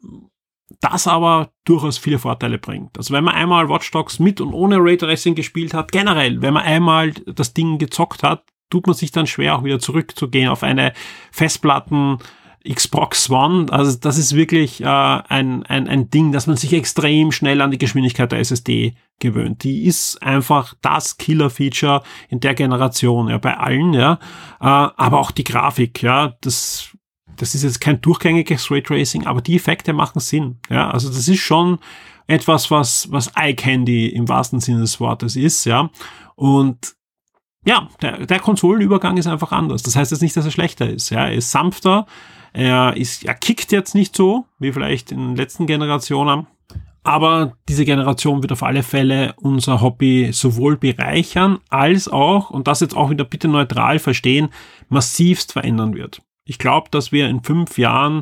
das aber durchaus viele Vorteile bringt. Also wenn man einmal Watch Dogs mit und ohne Raytracing gespielt hat, generell, wenn man einmal das Ding gezockt hat, tut man sich dann schwer, auch wieder zurückzugehen auf eine Festplatten Xbox One. Also das ist wirklich äh, ein, ein, ein Ding, dass man sich extrem schnell an die Geschwindigkeit der S S D gewöhnt. Die ist einfach das Killer-Feature in der Generation, ja, bei allen, ja. Äh, aber auch die Grafik, ja, das, das ist jetzt kein durchgängiges Raytracing, aber die Effekte machen Sinn, ja. Also das ist schon etwas, was, was Eye-Candy im wahrsten Sinne des Wortes ist, ja. Und ja, der, der Konsolenübergang ist einfach anders. Das heißt jetzt nicht, dass er schlechter ist, ja. Er ist sanfter, er ist, er kickt jetzt nicht so, wie vielleicht in den letzten Generationen. Aber diese Generation wird auf alle Fälle unser Hobby sowohl bereichern, als auch, und das jetzt auch wieder bitte neutral verstehen, massivst verändern wird. Ich glaube, dass wir in fünf Jahren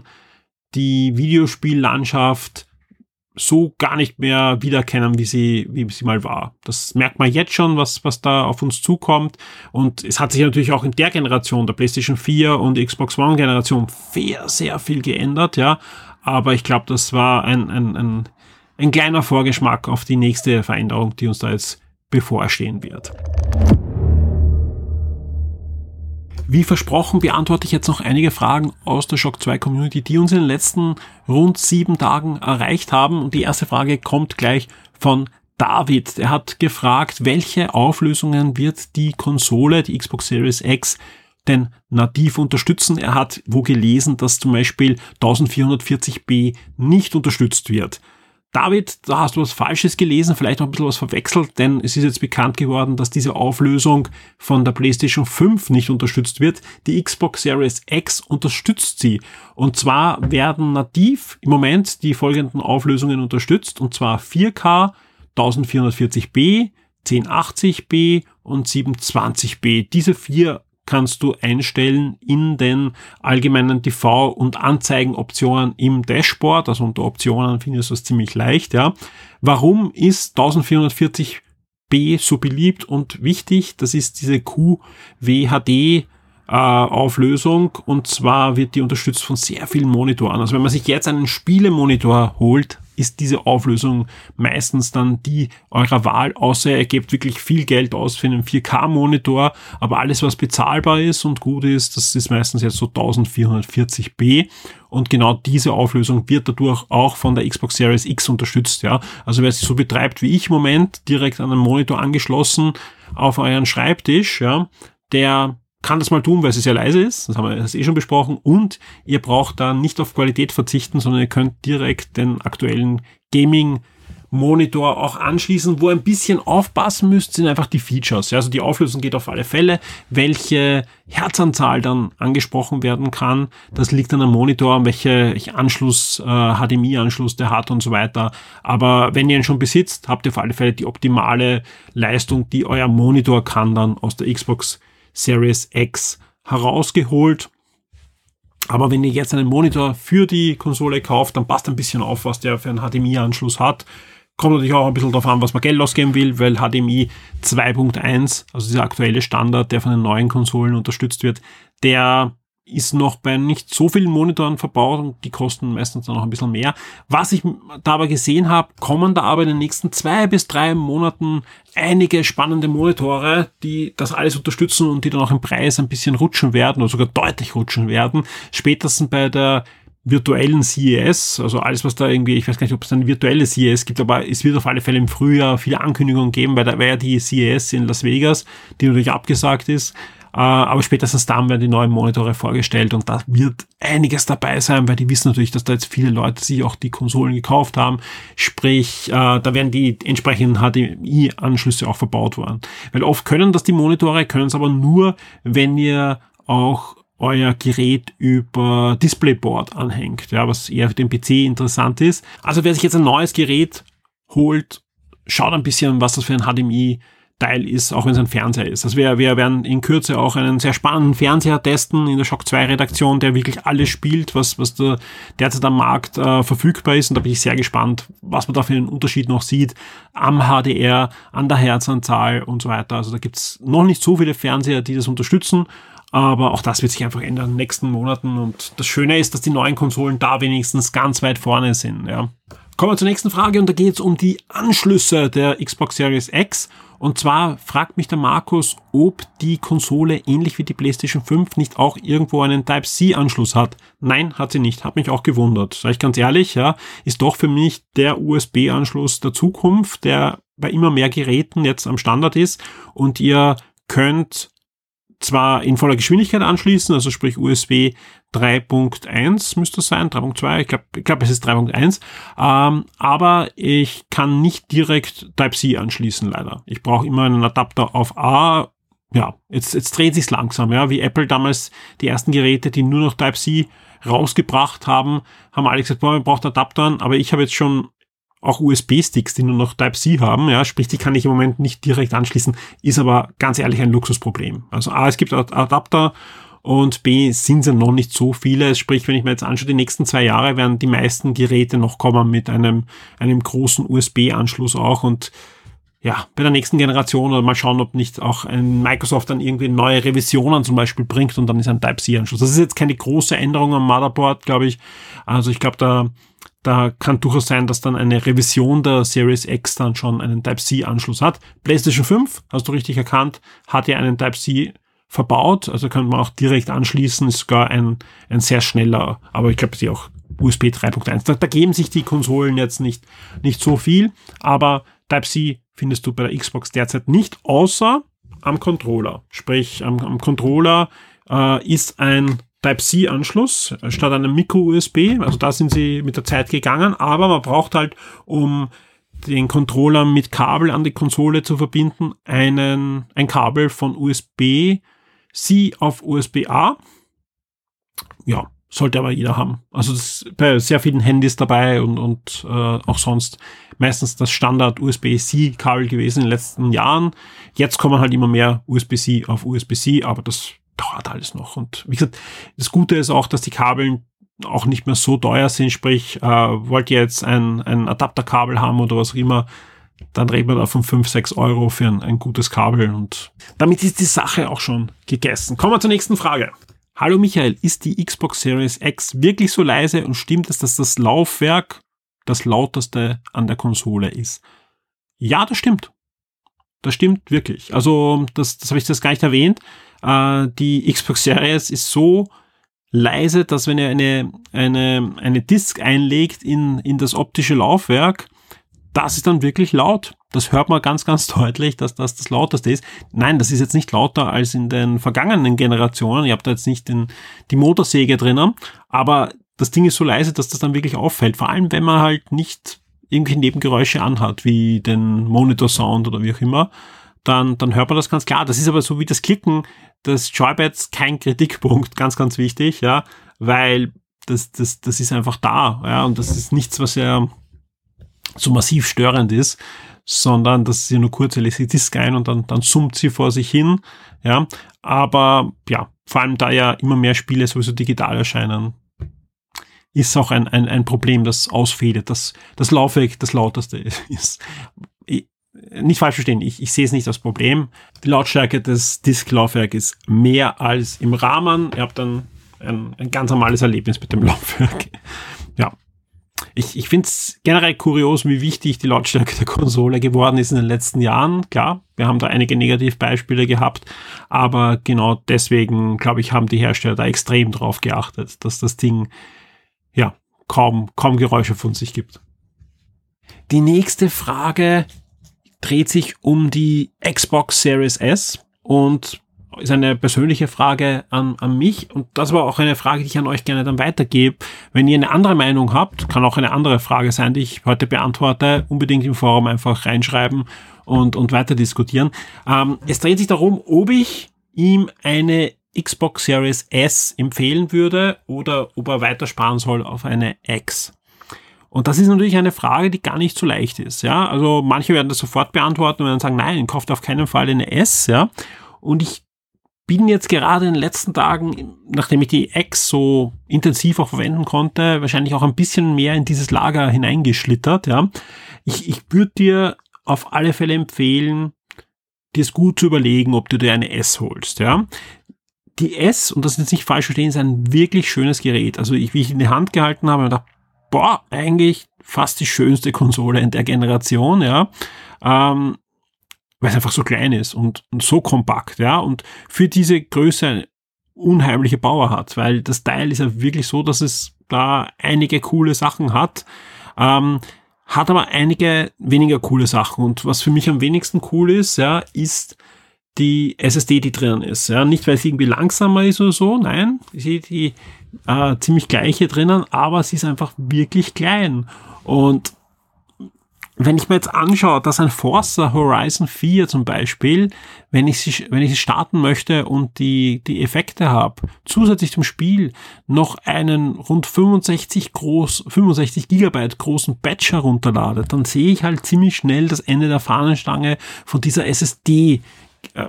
die Videospiellandschaft so gar nicht mehr wiedererkennen, wie sie, wie sie mal war. Das merkt man jetzt schon, was, was da auf uns zukommt. Und es hat sich natürlich auch in der Generation, der PlayStation vier und Xbox One Generation, sehr, sehr viel geändert, ja. Aber ich glaube, das war ein, ein, ein, ein kleiner Vorgeschmack auf die nächste Veränderung, die uns da jetzt bevorstehen wird. Wie versprochen beantworte ich jetzt noch einige Fragen aus der Shock zwei Community, die uns in den letzten rund sieben Tagen erreicht haben. Und die erste Frage kommt gleich von David. Er hat gefragt, welche Auflösungen wird die Konsole, die Xbox Series X, denn nativ unterstützen. Er hat wo gelesen, dass zum Beispiel vierzehnhundertvierzig p nicht unterstützt wird. David, da hast du was Falsches gelesen, vielleicht auch ein bisschen was verwechselt, denn es ist jetzt bekannt geworden, dass diese Auflösung von der PlayStation fünf nicht unterstützt wird. Die Xbox Series X unterstützt sie. Und zwar werden nativ im Moment die folgenden Auflösungen unterstützt, und zwar vier K, vierzehnhundertvierzig p, zehnhundertachtzig p und siebenhundertzwanzig p. Diese vier kannst du einstellen in den allgemeinen T V- und Anzeigenoptionen im Dashboard. Also unter Optionen findest du es ziemlich leicht, ja. Warum ist vierzehnhundertvierzig B so beliebt und wichtig? Das ist diese Q W H D äh, Auflösung, und zwar wird die unterstützt von sehr vielen Monitoren. Also wenn man sich jetzt einen Spielemonitor holt, ist diese Auflösung meistens dann die eurer Wahl, außer ihr gebt wirklich viel Geld aus für einen vier K Monitor, aber alles, was bezahlbar ist und gut ist, das ist meistens jetzt so vierzehnhundertvierzig p, und genau diese Auflösung wird dadurch auch von der Xbox Series X unterstützt, ja. Also wer es so betreibt wie ich im Moment, direkt an einen Monitor angeschlossen auf euren Schreibtisch, ja, der kann das mal tun, weil es sehr leise ist, das haben wir das eh schon besprochen, und ihr braucht da nicht auf Qualität verzichten, sondern ihr könnt direkt den aktuellen Gaming-Monitor auch anschließen. Wo ihr ein bisschen aufpassen müsst, sind einfach die Features. Also die Auflösung geht auf alle Fälle. Welche Herzanzahl dann angesprochen werden kann, das liegt an dem Monitor, welche Anschluss, äh, H D M I-Anschluss der hat und so weiter. Aber wenn ihr ihn schon besitzt, habt ihr auf alle Fälle die optimale Leistung, die euer Monitor kann, dann aus der Xbox Series X herausgeholt. Aber wenn ihr jetzt einen Monitor für die Konsole kauft, dann passt ein bisschen auf, was der für einen H D M I-Anschluss hat. Kommt natürlich auch ein bisschen darauf an, was man Geld ausgeben will, weil H D M I zwei Punkt eins, also dieser aktuelle Standard, der von den neuen Konsolen unterstützt wird, der ist noch bei nicht so vielen Monitoren verbaut und die kosten meistens dann noch ein bisschen mehr. Was ich da aber gesehen habe, kommen da aber in den nächsten zwei bis drei Monaten einige spannende Monitore, die das alles unterstützen und die dann auch im Preis ein bisschen rutschen werden oder sogar deutlich rutschen werden. Spätestens bei der virtuellen C E S, also alles, was da irgendwie, ich weiß gar nicht, ob es eine virtuelle C E S gibt, aber es wird auf alle Fälle im Frühjahr viele Ankündigungen geben, weil da wäre ja die C E S in Las Vegas, die natürlich abgesagt ist. Aber spätestens dann werden die neuen Monitore vorgestellt und da wird einiges dabei sein, weil die wissen natürlich, dass da jetzt viele Leute sich auch die Konsolen gekauft haben. Sprich, da werden die entsprechenden H D M I-Anschlüsse auch verbaut worden. Weil oft können das die Monitore, können es aber nur, wenn ihr auch euer Gerät über DisplayPort anhängt, ja, was eher für den P C interessant ist. Also wer sich jetzt ein neues Gerät holt, schaut ein bisschen, was das für ein H D M I Teil ist, auch wenn es ein Fernseher ist. Also wir, wir werden in Kürze auch einen sehr spannenden Fernseher testen in der Shock zwei Redaktion, der wirklich alles spielt, was, was da derzeit am Markt äh, verfügbar ist. Und da bin ich sehr gespannt, was man da für einen Unterschied noch sieht am H D R, an der Herzanzahl und so weiter. Also da gibt's noch nicht so viele Fernseher, die das unterstützen. Aber auch das wird sich einfach ändern in den nächsten Monaten. Und das Schöne ist, dass die neuen Konsolen da wenigstens ganz weit vorne sind. Ja. Kommen wir zur nächsten Frage und da geht es um die Anschlüsse der Xbox Series X. Und zwar fragt mich der Markus, ob die Konsole ähnlich wie die PlayStation fünf nicht auch irgendwo einen Type-C-Anschluss hat. Nein, hat sie nicht. Hat mich auch gewundert. Sag ich ganz ehrlich, ja, ist doch für mich der U S B-Anschluss der Zukunft, der bei immer mehr Geräten jetzt am Standard ist. Und ihr könnt zwar in voller Geschwindigkeit anschließen, also sprich U S B drei Punkt eins müsste es sein, drei Punkt zwei, ich glaube, ich glaub, es ist drei Punkt eins, ähm, aber ich kann nicht direkt Type-C anschließen, leider. Ich brauche immer einen Adapter auf A. Ja, jetzt, jetzt dreht sich's langsam, ja, wie Apple damals die ersten Geräte, die nur noch Type-C rausgebracht haben, haben alle gesagt, boah, man braucht Adaptern, aber ich habe jetzt schon auch U S B-Sticks, die nur noch Type-C haben, ja, sprich, die kann ich im Moment nicht direkt anschließen, ist aber ganz ehrlich ein Luxusproblem. Also A, es gibt Adapter und B, sind es ja noch nicht so viele, sprich, wenn ich mir jetzt anschaue, die nächsten zwei Jahre werden die meisten Geräte noch kommen mit einem, einem großen U S B-Anschluss auch und ja, bei der nächsten Generation oder mal schauen, ob nicht auch ein Microsoft dann irgendwie neue Revisionen zum Beispiel bringt und dann ist ein Type-C-Anschluss. Das ist jetzt keine große Änderung am Motherboard, glaube ich. Also ich glaube, da Da kann durchaus sein, dass dann eine Revision der Series X dann schon einen Type-C-Anschluss hat. PlayStation fünf, hast du richtig erkannt, hat ja einen Type-C verbaut. Also könnte man auch direkt anschließen. Ist sogar ein, ein sehr schneller, aber ich glaube, sie auch U S B drei Punkt eins. Da, da geben sich die Konsolen jetzt nicht, nicht so viel. Aber Type-C findest du bei der Xbox derzeit nicht, außer am Controller. Sprich, am, am Controller äh, ist ein Type-C-Anschluss statt einem Micro-U S B, also da sind sie mit der Zeit gegangen, aber man braucht halt, um den Controller mit Kabel an die Konsole zu verbinden, einen, ein Kabel von U S B-C auf U S B-A. Ja, sollte aber jeder haben. Also das ist bei sehr vielen Handys dabei und, und äh, auch sonst meistens das Standard U S B-C-Kabel gewesen in den letzten Jahren. Jetzt kommen halt immer mehr U S B-C auf U S B-C, aber das dauert alles noch. Und wie gesagt, das Gute ist auch, dass die Kabel auch nicht mehr so teuer sind, sprich, äh, wollt ihr jetzt ein, ein Adapterkabel haben oder was auch immer, dann reden wir da von fünf, sechs Euro für ein, ein gutes Kabel und damit ist die Sache auch schon gegessen. Kommen wir zur nächsten Frage. Hallo Michael, ist die Xbox Series X wirklich so leise und stimmt es, dass das Laufwerk das lauteste an der Konsole ist? Ja, das stimmt. Das stimmt wirklich. Also das, das habe ich das gar nicht erwähnt. Äh, die Xbox Series ist so leise, dass wenn ihr eine, eine, eine Disk einlegt in, in das optische Laufwerk, das ist dann wirklich laut. Das hört man ganz, ganz deutlich, dass das das lauteste ist. Nein, das ist jetzt nicht lauter als in den vergangenen Generationen. Ihr habt da jetzt nicht den, die Motorsäge drinnen, aber das Ding ist so leise, dass das dann wirklich auffällt. Vor allem, wenn man halt nicht irgendwelche Nebengeräusche anhat, wie den Monitor-Sound oder wie auch immer, dann, dann hört man das ganz klar. Das ist aber so wie das Klicken des Joypads kein Kritikpunkt, ganz, ganz wichtig, ja, weil das, das, das ist einfach da, ja, und das ist nichts, was ja so massiv störend ist, sondern das ist ja nur kurz, ihr legt die Disk ein und dann, dann summt sie vor sich hin, ja, aber ja, vor allem da ja immer mehr Spiele sowieso digital erscheinen, ist auch ein, ein, ein Problem, das ausfädelt, dass das Laufwerk das lauteste ist. Ich, nicht falsch verstehen, ich, ich sehe es nicht als Problem. Die Lautstärke des Disklaufwerks ist mehr als im Rahmen. Ihr habt dann ein, ein ganz normales Erlebnis mit dem Laufwerk. Ja. Ich, ich finde es generell kurios, wie wichtig die Lautstärke der Konsole geworden ist in den letzten Jahren. Klar, wir haben da einige Negativbeispiele gehabt, aber genau deswegen, glaube ich, haben die Hersteller da extrem drauf geachtet, dass das Ding ja kaum, kaum Geräusche von sich gibt. Die nächste Frage dreht sich um die Xbox Series S und ist eine persönliche Frage an, an mich und das war auch eine Frage, die ich an euch gerne dann weitergebe. Wenn ihr eine andere Meinung habt, kann auch eine andere Frage sein, die ich heute beantworte, unbedingt im Forum einfach reinschreiben und, und weiter diskutieren. Ähm, es dreht sich darum, ob ich ihm eine Xbox Series S empfehlen würde oder ob er weitersparen soll auf eine X. Und das ist natürlich eine Frage, die gar nicht so leicht ist, ja. Also manche werden das sofort beantworten und werden sagen, nein, kauft auf keinen Fall eine S, ja. Und ich bin jetzt gerade in den letzten Tagen, nachdem ich die X so intensiv auch verwenden konnte, wahrscheinlich auch ein bisschen mehr in dieses Lager hineingeschlittert, ja. Ich, ich würde dir auf alle Fälle empfehlen, dir es gut zu überlegen, ob du dir eine S holst, ja. Die S, und das ist jetzt nicht falsch verstehen, ist ein wirklich schönes Gerät. Also ich, wie ich in die Hand gehalten habe, habe ich gedacht, boah, eigentlich fast die schönste Konsole in der Generation, ja, ähm, weil es einfach so klein ist und, und so kompakt, ja, und für diese Größe eine unheimliche Power hat, weil das Teil ist ja wirklich so, dass es da einige coole Sachen hat, ähm, hat aber einige weniger coole Sachen und was für mich am wenigsten cool ist, ja, ist die S S D, die drin ist, ja, nicht weil sie irgendwie langsamer ist oder so, nein, ich sehe die äh, ziemlich gleiche drinnen, aber sie ist einfach wirklich klein und wenn ich mir jetzt anschaue, dass ein Forza Horizon vier zum Beispiel, wenn ich sie, wenn ich sie starten möchte und die, die Effekte habe, zusätzlich zum Spiel noch einen rund fünfundsechzig groß, fünfundsechzig Gigabyte großen Patch herunterlade, dann sehe ich halt ziemlich schnell das Ende der Fahnenstange von dieser S S D äh,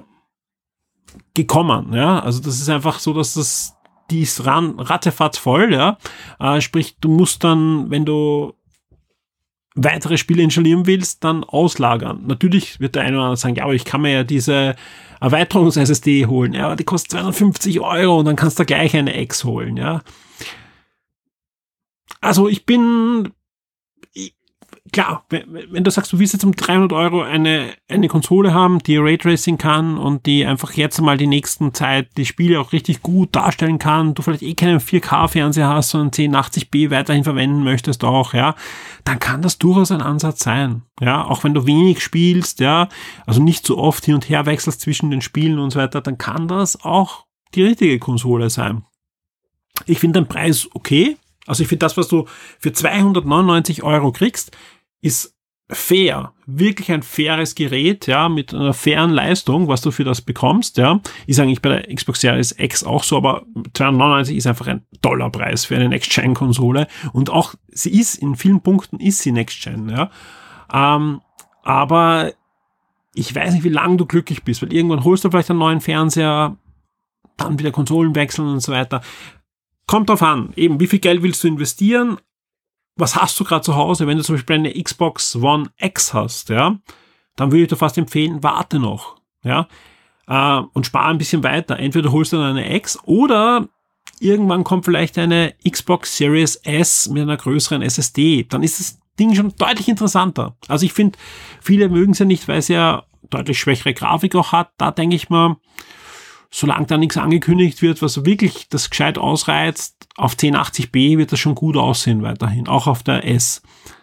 gekommen, ja. Also das ist einfach so, dass das, die ist ran, rattefatz voll, ja. Äh, sprich, du musst dann, wenn du weitere Spiele installieren willst, dann auslagern. Natürlich wird der eine oder andere sagen, ja, aber ich kann mir ja diese Erweiterungs-S S D holen, ja, aber die kostet zweihundertfünfzig Euro und dann kannst du gleich eine X holen, ja. Also ich bin, ich, klar, wenn, wenn du sagst, du willst jetzt um dreihundert Euro eine, eine Konsole haben, die Raytracing kann und die einfach jetzt mal die nächsten Zeit die Spiele auch richtig gut darstellen kann, du vielleicht eh keinen vier K-Fernseher hast, sondern zehn achtzig p weiterhin verwenden möchtest auch, ja, dann kann das durchaus ein Ansatz sein, ja, auch wenn du wenig spielst, ja, also nicht so oft hin und her wechselst zwischen den Spielen und so weiter, dann kann das auch die richtige Konsole sein. Ich finde den Preis okay, also ich finde das, was du für zweihundertneunundneunzig Euro kriegst, ist fair, wirklich ein faires Gerät, ja, mit einer fairen Leistung, was du für das bekommst, ja. Ist eigentlich bei der Xbox Series X auch so, aber zweihundertneunundneunzig ist einfach ein toller Preis für eine Next-Gen-Konsole und auch, sie ist, in vielen Punkten ist sie Next-Gen, ja. Ähm, aber ich weiß nicht, wie lange du glücklich bist, weil irgendwann holst du vielleicht einen neuen Fernseher, dann wieder Konsolen wechseln und so weiter. Kommt drauf an, eben, wie viel Geld willst du investieren? was hast du gerade zu Hause? Wenn du zum Beispiel eine Xbox One X hast, ja, dann würde ich dir fast empfehlen, warte noch, ja, äh, und spare ein bisschen weiter. Entweder holst du dann eine X oder irgendwann kommt vielleicht eine Xbox Series S mit einer größeren S S D. Dann ist das Ding schon deutlich interessanter. Also ich finde, viele mögen es ja nicht, weil es ja deutlich schwächere Grafik auch hat. Da denke ich mal, solange da nichts angekündigt wird, was wirklich das gescheit ausreizt, auf zehn achtzig p wird das schon gut aussehen weiterhin, auch auf der S.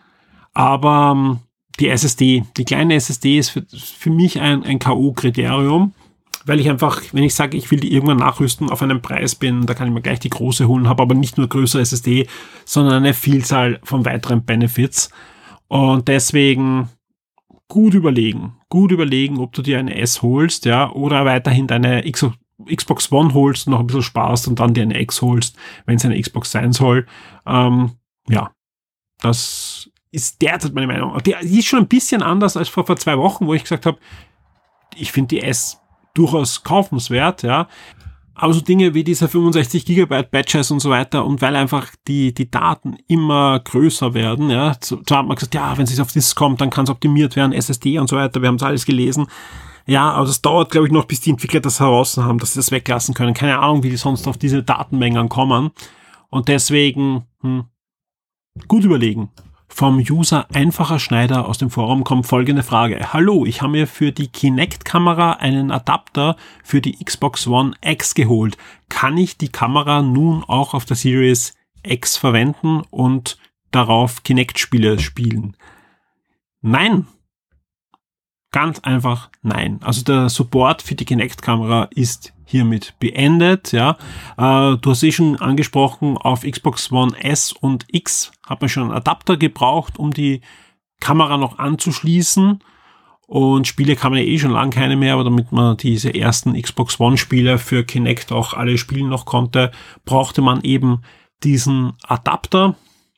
Aber die S S D, die kleine S S D ist für, für mich ein, ein K O-Kriterium, weil ich einfach, wenn ich sage, ich will die irgendwann nachrüsten, auf einen Preis bin, da kann ich mir gleich die große holen, habe aber nicht nur größere S S D, sondern eine Vielzahl von weiteren Benefits. Und deswegen gut überlegen, gut überlegen, ob du dir eine S holst, ja, oder weiterhin deine X- Xbox One holst und noch ein bisschen sparst und dann dir eine X holst, wenn es eine Xbox sein soll. Ähm, ja, das ist derzeit meine Meinung. Die, die ist schon ein bisschen anders als vor, vor zwei Wochen, wo ich gesagt habe, ich finde die S durchaus kaufenswert, ja. Aber so Dinge wie diese fünfundsechzig Gigabyte Batches und so weiter und weil einfach die die Daten immer größer werden, ja, zwar hat man gesagt, ja, wenn es auf das kommt, dann kann es optimiert werden, S S D und so weiter, wir haben es alles gelesen. Ja, aber das dauert, glaube ich, noch, bis die Entwickler das heraus haben, dass sie das weglassen können. Keine Ahnung, wie die sonst auf diese Datenmengen kommen. Und deswegen hm, gut überlegen. Vom User Einfacher Schneider aus dem Forum kommt folgende Frage. Hallo, ich habe mir für die Kinect-Kamera einen Adapter für die Xbox One X geholt. Kann ich die Kamera nun auch auf der Series X verwenden und darauf Kinect-Spiele spielen? Nein. Ganz einfach nein. Also der Support für die Kinect-Kamera ist hiermit beendet, ja. Äh, du hast eh schon angesprochen, auf Xbox One S und X hat man schon einen Adapter gebraucht, um die Kamera noch anzuschließen. Und Spiele kann man ja eh schon lange keine mehr, aber damit man diese ersten Xbox One Spiele für Kinect auch alle spielen noch konnte, brauchte man eben diesen Adapter.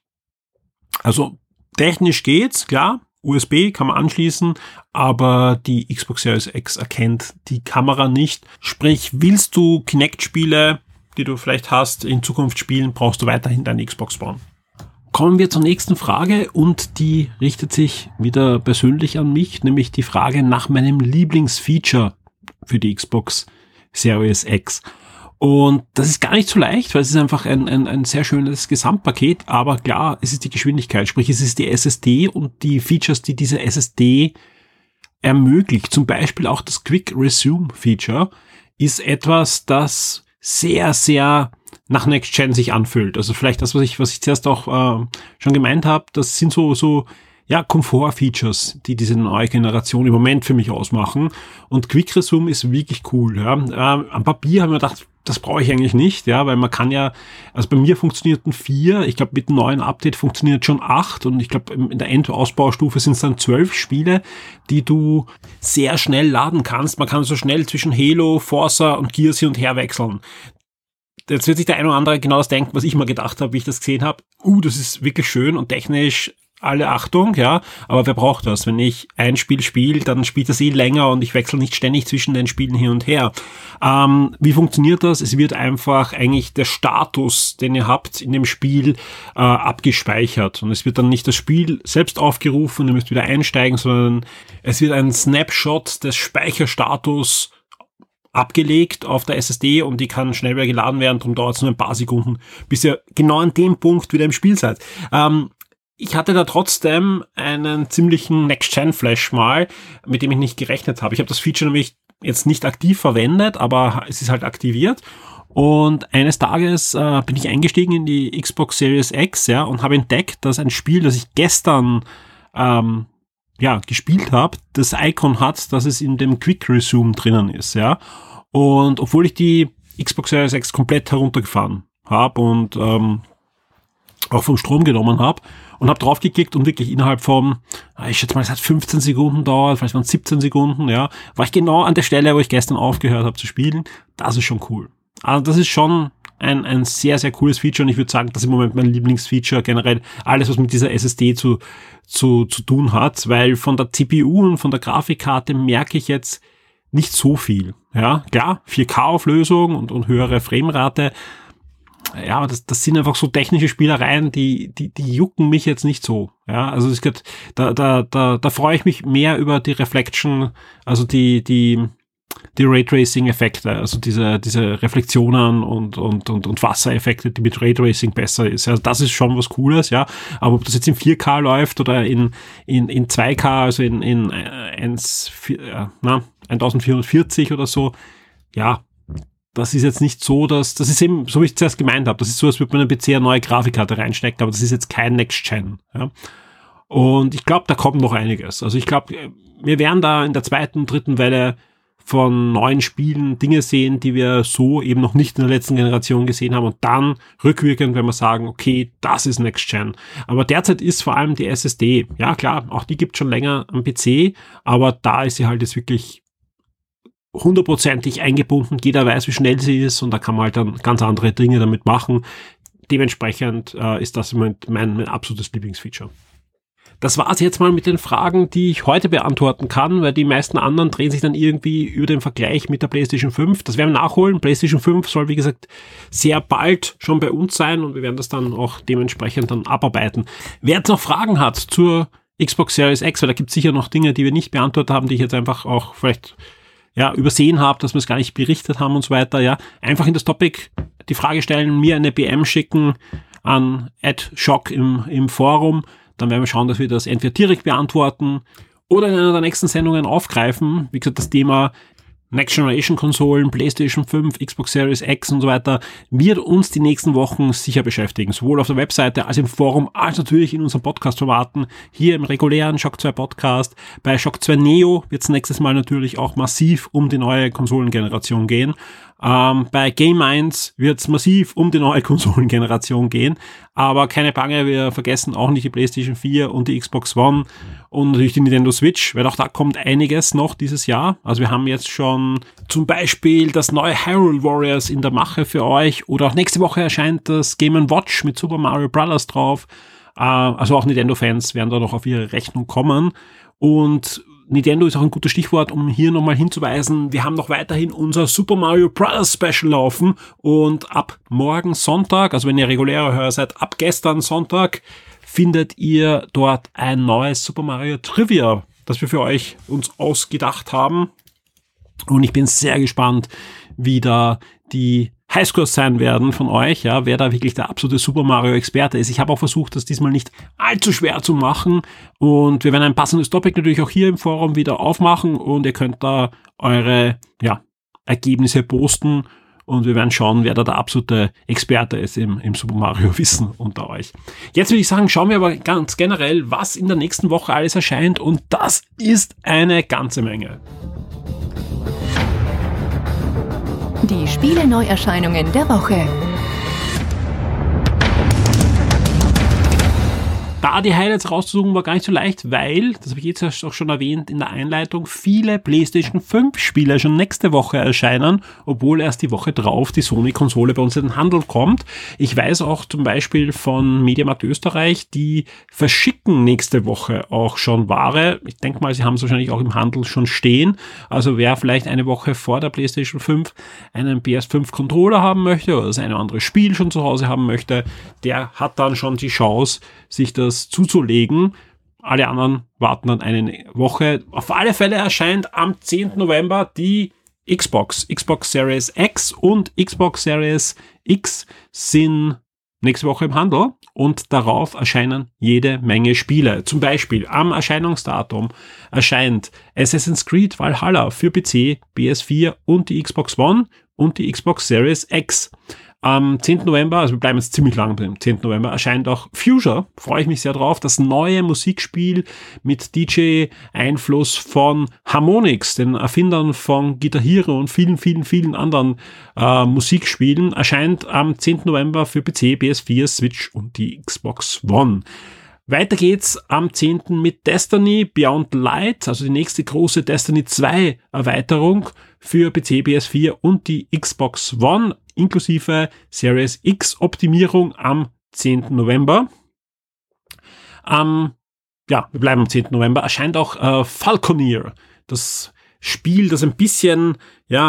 Also technisch geht's, klar. U S B kann man anschließen, aber die Xbox Series X erkennt die Kamera nicht. Sprich, willst du Kinect-Spiele, die du vielleicht hast, in Zukunft spielen, brauchst du weiterhin deine Xbox One. Kommen wir zur nächsten Frage und die richtet sich wieder persönlich an mich, nämlich die Frage nach meinem Lieblingsfeature für die Xbox Series X. Und das ist gar nicht so leicht, weil es ist einfach ein, ein, ein sehr schönes Gesamtpaket, aber klar, es ist die Geschwindigkeit, sprich es ist die S S D und die Features, die diese S S D ermöglicht. Zum Beispiel auch das Quick Resume Feature ist etwas, das sehr, sehr nach Next Gen sich anfühlt. Also vielleicht das, was ich, was ich zuerst auch äh, schon gemeint habe, das sind so, so ja, Komfort-Features, die diese neue Generation im Moment für mich ausmachen. Und Quick Resume ist wirklich cool. Ja. Äh, am Papier haben wir gedacht, das brauche ich eigentlich nicht, ja, weil man kann ja, also bei mir funktionierten vier, ich glaube mit dem neuen Update funktioniert schon acht und ich glaube in der Endausbaustufe sind es dann zwölf Spiele, die du sehr schnell laden kannst. Man kann so schnell zwischen Halo, Forza und Gears hin und her wechseln. Jetzt wird sich der eine oder andere genau das denken, was ich mal gedacht habe, wie ich das gesehen habe. Uh, das ist wirklich schön und technisch alle Achtung, ja, aber wer braucht das? Wenn ich ein Spiel spiele, dann spielt das eh länger und ich wechsle nicht ständig zwischen den Spielen hin und her. Ähm, wie funktioniert das? Es wird einfach eigentlich der Status, den ihr habt in dem Spiel, äh, abgespeichert und es wird dann nicht das Spiel selbst aufgerufen und ihr müsst wieder einsteigen, sondern es wird ein Snapshot des Speicherstatus abgelegt auf der S S D und die kann schnell wieder geladen werden, darum dauert es nur ein paar Sekunden, bis ihr genau an dem Punkt wieder im Spiel seid. Ähm, Ich hatte da trotzdem einen ziemlichen Next-Gen-Flash mal, mit dem ich nicht gerechnet habe. Ich habe das Feature nämlich jetzt nicht aktiv verwendet, aber es ist halt aktiviert. Und eines Tages äh, bin ich eingestiegen in die Xbox Series X, ja, und habe entdeckt, dass ein Spiel, das ich gestern ähm, ja gespielt habe, das Icon hat, dass es in dem Quick Resume drinnen ist, ja. Und obwohl ich die Xbox Series X komplett heruntergefahren habe und ähm, auch vom Strom genommen habe und habe draufgeklickt und wirklich innerhalb von, ich schätze mal, es hat fünfzehn Sekunden dauert, vielleicht waren es siebzehn Sekunden, ja, war ich genau an der Stelle, wo ich gestern aufgehört habe zu spielen. Das ist schon cool. Also das ist schon ein, ein sehr, sehr cooles Feature und ich würde sagen, das ist im Moment mein Lieblingsfeature generell, alles, was mit dieser S S D zu, zu, zu tun hat, weil von der C P U und von der Grafikkarte merke ich jetzt nicht so viel, ja, klar, vier K Auflösung und, und höhere Framerate. ja, das, das sind einfach so technische Spielereien, die, die, die jucken mich jetzt nicht so. Ja, also es geht, da, da, da, da freue ich mich mehr über die Reflection, also die, die, die Raytracing-Effekte, also diese, diese Reflexionen und, und, und, und Wassereffekte, die mit Raytracing besser ist. Also das ist schon was Cooles, ja. Aber ob das jetzt in vier K läuft oder in, in, in zwei K, also in, in eins, vier, na, vierzehnhundertvierzig oder so, ja, das ist jetzt nicht so, dass, das ist eben, so wie ich es zuerst gemeint habe, das ist so, als würde man in den P C eine neue Grafikkarte reinstecken, aber das ist jetzt kein Next-Gen, ja. Und ich glaube, da kommt noch einiges. Also ich glaube, wir werden da in der zweiten, dritten Welle von neuen Spielen Dinge sehen, die wir so eben noch nicht in der letzten Generation gesehen haben und dann rückwirkend, wenn wir sagen, okay, das ist Next Gen. Aber derzeit ist vor allem die S S D, ja klar, auch die gibt es schon länger am P C, aber da ist sie halt jetzt wirklich hundertprozentig eingebunden. Jeder weiß, wie schnell sie ist und da kann man halt dann ganz andere Dinge damit machen. Dementsprechend äh, ist das mein, mein, mein absolutes Lieblingsfeature. Das war's jetzt mal mit den Fragen, die ich heute beantworten kann, weil die meisten anderen drehen sich dann irgendwie über den Vergleich mit der PlayStation fünf. Das werden wir nachholen. PlayStation fünf soll, wie gesagt, sehr bald schon bei uns sein und wir werden das dann auch dementsprechend dann abarbeiten. Wer jetzt noch Fragen hat zur Xbox Series X, weil da gibt's sicher noch Dinge, die wir nicht beantwortet haben, die ich jetzt einfach auch vielleicht ja übersehen habe, dass wir es gar nicht berichtet haben und so weiter, ja, einfach in das Topic die Frage stellen, mir eine B M schicken an at shock im, im Forum. Dann werden wir schauen, dass wir das entweder direkt beantworten oder in einer der nächsten Sendungen aufgreifen. Wie gesagt, das Thema Next Generation Konsolen, PlayStation fünf, Xbox Series X und so weiter wird uns die nächsten Wochen sicher beschäftigen. Sowohl auf der Webseite als im Forum, als natürlich in unseren Podcast-Formaten. Hier im regulären Shock zwei Podcast. Bei Shock zwei Neo wird es nächstes Mal natürlich auch massiv um die neue Konsolengeneration gehen. Ähm, bei Game eins wird es massiv um die neue Konsolengeneration gehen. Aber keine Bange, wir vergessen auch nicht die PlayStation vier und die Xbox One und natürlich die Nintendo Switch, weil auch da kommt einiges noch dieses Jahr. Also wir haben jetzt schon zum Beispiel das neue Hyrule Warriors in der Mache für euch oder auch nächste Woche erscheint das Game and Watch mit Super Mario Bros. Drauf. Äh, also auch Nintendo-Fans werden da noch auf ihre Rechnung kommen. Und Nintendo ist auch ein gutes Stichwort, um hier nochmal hinzuweisen, wir haben noch weiterhin unser Super Mario Bros. Special laufen und ab morgen Sonntag, also wenn ihr regulärer Hörer seid, ab gestern Sonntag findet ihr dort ein neues Super Mario Trivia, das wir für euch uns ausgedacht haben. Und ich bin sehr gespannt, wie da die Highscores sein werden von euch, ja, wer da wirklich der absolute Super Mario Experte ist. Ich habe auch versucht, das diesmal nicht allzu schwer zu machen und wir werden ein passendes Topic natürlich auch hier im Forum wieder aufmachen und ihr könnt da eure, ja, Ergebnisse posten und wir werden schauen, wer da der absolute Experte ist im, im Super Mario Wissen unter euch. Jetzt würde ich sagen, schauen wir aber ganz generell, was in der nächsten Woche alles erscheint und das ist eine ganze Menge. Die Spiele-Neuerscheinungen der Woche. Da die Highlights rauszusuchen war gar nicht so leicht, weil, das habe ich jetzt auch schon erwähnt in der Einleitung, viele PlayStation fünf Spiele schon nächste Woche erscheinen, obwohl erst die Woche drauf die Sony-Konsole bei uns in den Handel kommt. Ich weiß auch zum Beispiel von Mediamarkt Österreich, die verschicken nächste Woche auch schon Ware. Ich denke mal, sie haben es wahrscheinlich auch im Handel schon stehen. Also wer vielleicht eine Woche vor der PlayStation fünf einen P S fünf Controller haben möchte oder das eine oder andere Spiel schon zu Hause haben möchte, der hat dann schon die Chance, sich das zuzulegen. Alle anderen warten dann eine Woche. Auf alle Fälle erscheint am zehnten November die Xbox. Xbox Series X und Xbox Series X sind nächste Woche im Handel und darauf erscheinen jede Menge Spiele. Zum Beispiel am Erscheinungsdatum erscheint Assassin's Creed Valhalla für P C, P S vier und die Xbox One und die Xbox Series X. Am zehnten November, also wir bleiben jetzt ziemlich lang beim zehnten November, erscheint auch Fuchsia, freue ich mich sehr drauf, das neue Musikspiel mit D J-Einfluss von Harmonix, den Erfindern von Guitar Hero und vielen, vielen, vielen anderen äh, Musikspielen, erscheint am zehnten November für P C, P S vier, Switch und die Xbox One. Weiter geht's am zehnten mit Destiny Beyond Light, also die nächste große Destiny zwei Erweiterung für P C, P S vier und die Xbox One, inklusive Series X Optimierung am zehnten November. Ähm, ja, wir bleiben am zehnten November. Erscheint auch äh, Falconeer, das Spiel, das ein bisschen, ja,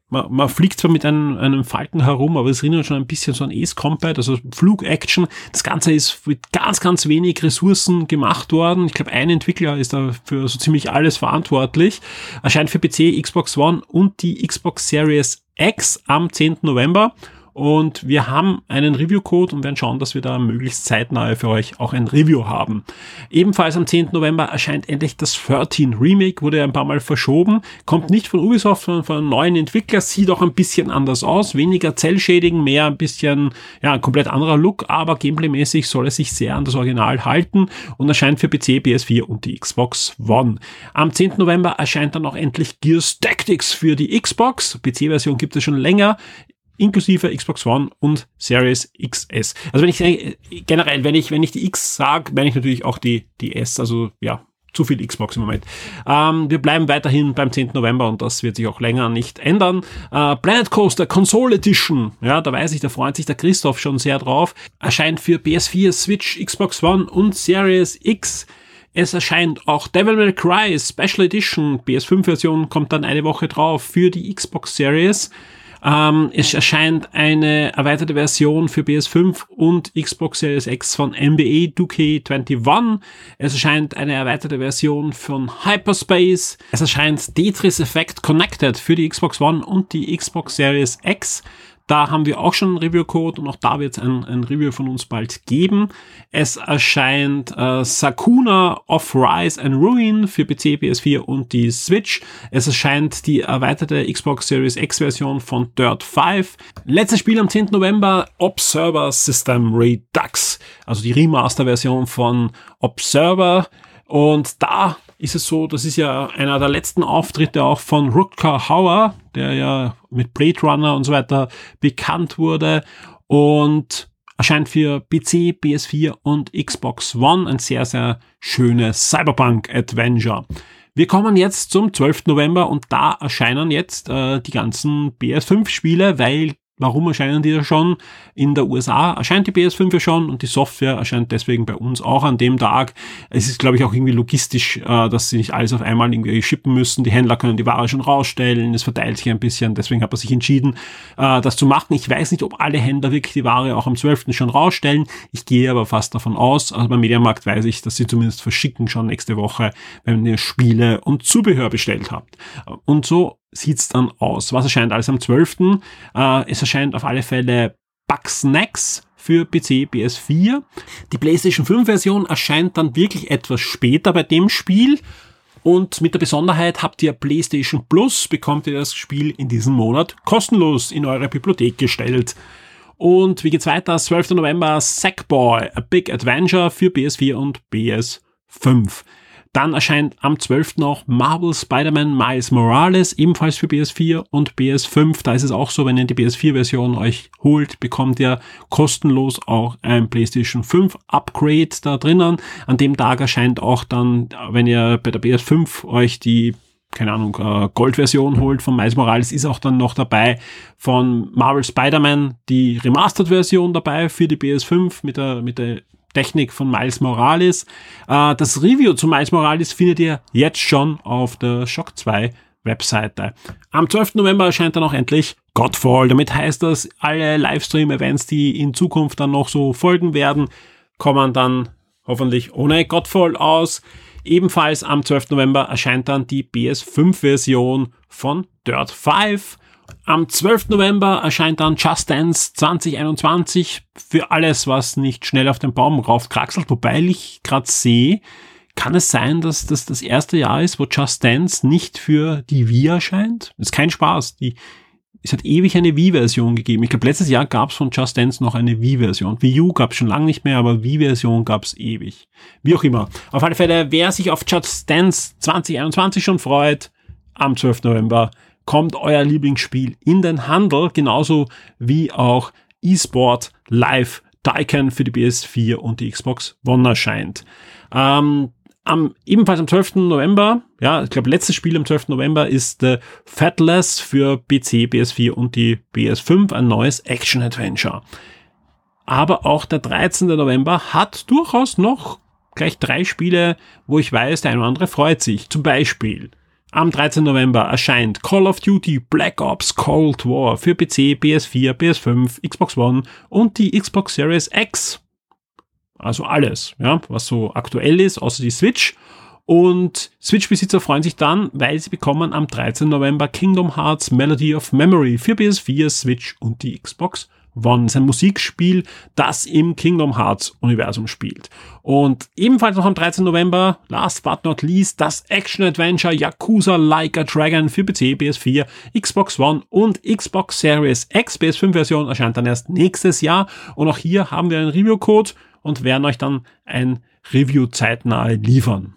man, man fliegt zwar mit einem, einem Falken herum, aber es erinnert schon ein bisschen so an Ace Combat, also Flug-Action. Das Ganze ist mit ganz, ganz wenig Ressourcen gemacht worden. Ich glaube, ein Entwickler ist da für so ziemlich alles verantwortlich. Erscheint für P C, Xbox One und die Xbox Series X am zehnten November. Und wir haben einen Review-Code und werden schauen, dass wir da möglichst zeitnah für euch auch ein Review haben. Ebenfalls am zehnten November erscheint endlich das dreizehn Remake, wurde ja ein paar Mal verschoben. Kommt nicht von Ubisoft, sondern von einem neuen Entwickler. Sieht auch ein bisschen anders aus. Weniger Cell-Shading, mehr ein bisschen, ja, ein komplett anderer Look. Aber gameplaymäßig soll es sich sehr an das Original halten und erscheint für P C, P S vier und die Xbox One. Am zehnten November erscheint dann auch endlich Gears Tactics für die Xbox. P C-Version gibt es schon länger, inklusive Xbox One und Series X S. Also wenn ich generell, wenn ich wenn ich die X sage, meine ich natürlich auch die die S. Also ja, zu viel Xbox im Moment. Ähm, wir bleiben weiterhin beim zehnten November und das wird sich auch länger nicht ändern. Äh, Planet Coaster Console Edition, ja, da weiß ich, da freut sich der Christoph schon sehr drauf. Erscheint für P S vier, Switch, Xbox One und Series X. Es erscheint auch Devil May Cry Special Edition, P S fünf Version kommt dann eine Woche drauf für die Xbox Series. Ähm, es erscheint eine erweiterte Version für P S fünf und Xbox Series X von N B A two K twenty-one. Es erscheint eine erweiterte Version von Hyperspace. Es erscheint Tetris Effect Connected für die Xbox One und die Xbox Series X. Da haben wir auch schon einen Review-Code und auch da wird es ein, ein Review von uns bald geben. Es erscheint äh, Sakuna of Rise and Ruin für P C, P S vier und die Switch. Es erscheint die erweiterte Xbox Series X-Version von Dirt fünf. Letztes Spiel am zehnten November, Observer System Redux, also die Remaster-Version von Observer. Und da ist es so, das ist ja einer der letzten Auftritte auch von Rutger Hauer, der ja mit Blade Runner und so weiter bekannt wurde und erscheint für P C, P S vier und Xbox One. Ein sehr, sehr schönes Cyberpunk-Adventure. Wir kommen jetzt zum zwölften November und da erscheinen jetzt äh, die ganzen P S fünf Spiele, weil warum erscheinen die da schon? In der U S A erscheint die P S fünf ja schon und die Software erscheint deswegen bei uns auch an dem Tag. Es ist, glaube ich, auch irgendwie logistisch, äh, dass sie nicht alles auf einmal irgendwie shippen müssen. Die Händler können die Ware schon rausstellen, es verteilt sich ein bisschen. Deswegen hat man sich entschieden, äh, das zu machen. Ich weiß nicht, ob alle Händler wirklich die Ware auch am zwölften schon rausstellen. Ich gehe aber fast davon aus. Also beim Mediamarkt weiß ich, dass sie zumindest verschicken schon nächste Woche, wenn ihr Spiele und Zubehör bestellt habt. Und so sieht's dann aus. Was erscheint alles am zwölften? Äh, es erscheint auf alle Fälle Bugsnax für P C, P S vier. Die PlayStation fünf Version erscheint dann wirklich etwas später bei dem Spiel. Und mit der Besonderheit, habt ihr PlayStation Plus, bekommt ihr das Spiel in diesem Monat kostenlos in eure Bibliothek gestellt. Und wie geht's weiter? zwölften November, Sackboy, A Big Adventure für P S vier und P S fünf. Dann erscheint am zwölften auch Marvel Spider-Man Miles Morales, ebenfalls für P S vier und P S fünf. Da ist es auch so, wenn ihr die P S vier Version euch holt, bekommt ihr kostenlos auch ein PlayStation fünf Upgrade da drinnen. An dem Tag erscheint auch dann, wenn ihr bei der P S fünf euch die, keine Ahnung, Gold-Version holt von Miles Morales, ist auch dann noch dabei von Marvel Spider-Man die Remastered-Version dabei für die P S fünf mit der, mit der Technik von Miles Morales. Äh, das Review zu Miles Morales findet ihr jetzt schon auf der Shock zwei Webseite. Am zwölften November erscheint dann auch endlich Godfall. Damit heißt das, alle Livestream-Events, die in Zukunft dann noch so folgen werden, kommen dann hoffentlich ohne Godfall aus. Ebenfalls am zwölften November erscheint dann die P S fünf Version von Dirt fünf. Am zwölften November erscheint dann Just Dance zwanzig einundzwanzig für alles, was nicht schnell auf den Baum raufkraxelt. Wobei ich gerade sehe, kann es sein, dass das das erste Jahr ist, wo Just Dance nicht für die Wii erscheint? Das ist kein Spaß. Die, es hat ewig eine Wii-Version gegeben. Ich glaube, letztes Jahr gab es von Just Dance noch eine Wii-Version. Wii U gab es schon lange nicht mehr, aber Wii-Version gab es ewig. Wie auch immer. Auf alle Fälle, wer sich auf Just Dance zwanzig einundzwanzig schon freut, am zwölften November kommt euer Lieblingsspiel in den Handel, genauso wie auch eSport Live Tycoon für die P S vier und die Xbox One erscheint. Ähm, am, ebenfalls am zwölften November, ja, ich glaube, letztes Spiel am zwölften November ist äh, Fatless für P C, P S vier und die P S fünf, ein neues Action-Adventure. Aber auch der dreizehnten November hat durchaus noch gleich drei Spiele, wo ich weiß, der eine oder andere freut sich. Zum Beispiel Am dreizehnten November erscheint Call of Duty Black Ops Cold War für P C, P S vier, P S fünf, Xbox One und die Xbox Series X. Also alles, ja, was so aktuell ist, außer die Switch. Und Switch-Besitzer freuen sich dann, weil sie bekommen am dreizehnten November Kingdom Hearts Melody of Memory für P S vier, Switch und die Xbox One. Das ist ein Musikspiel, das im Kingdom Hearts Universum spielt. Und ebenfalls noch am dreizehnten November, last but not least, das Action-Adventure Yakuza Like a Dragon für P C, P S vier, Xbox One und Xbox Series X. P S fünf Version erscheint dann erst nächstes Jahr. Und auch hier haben wir einen Review-Code und werden euch dann ein Review zeitnah liefern.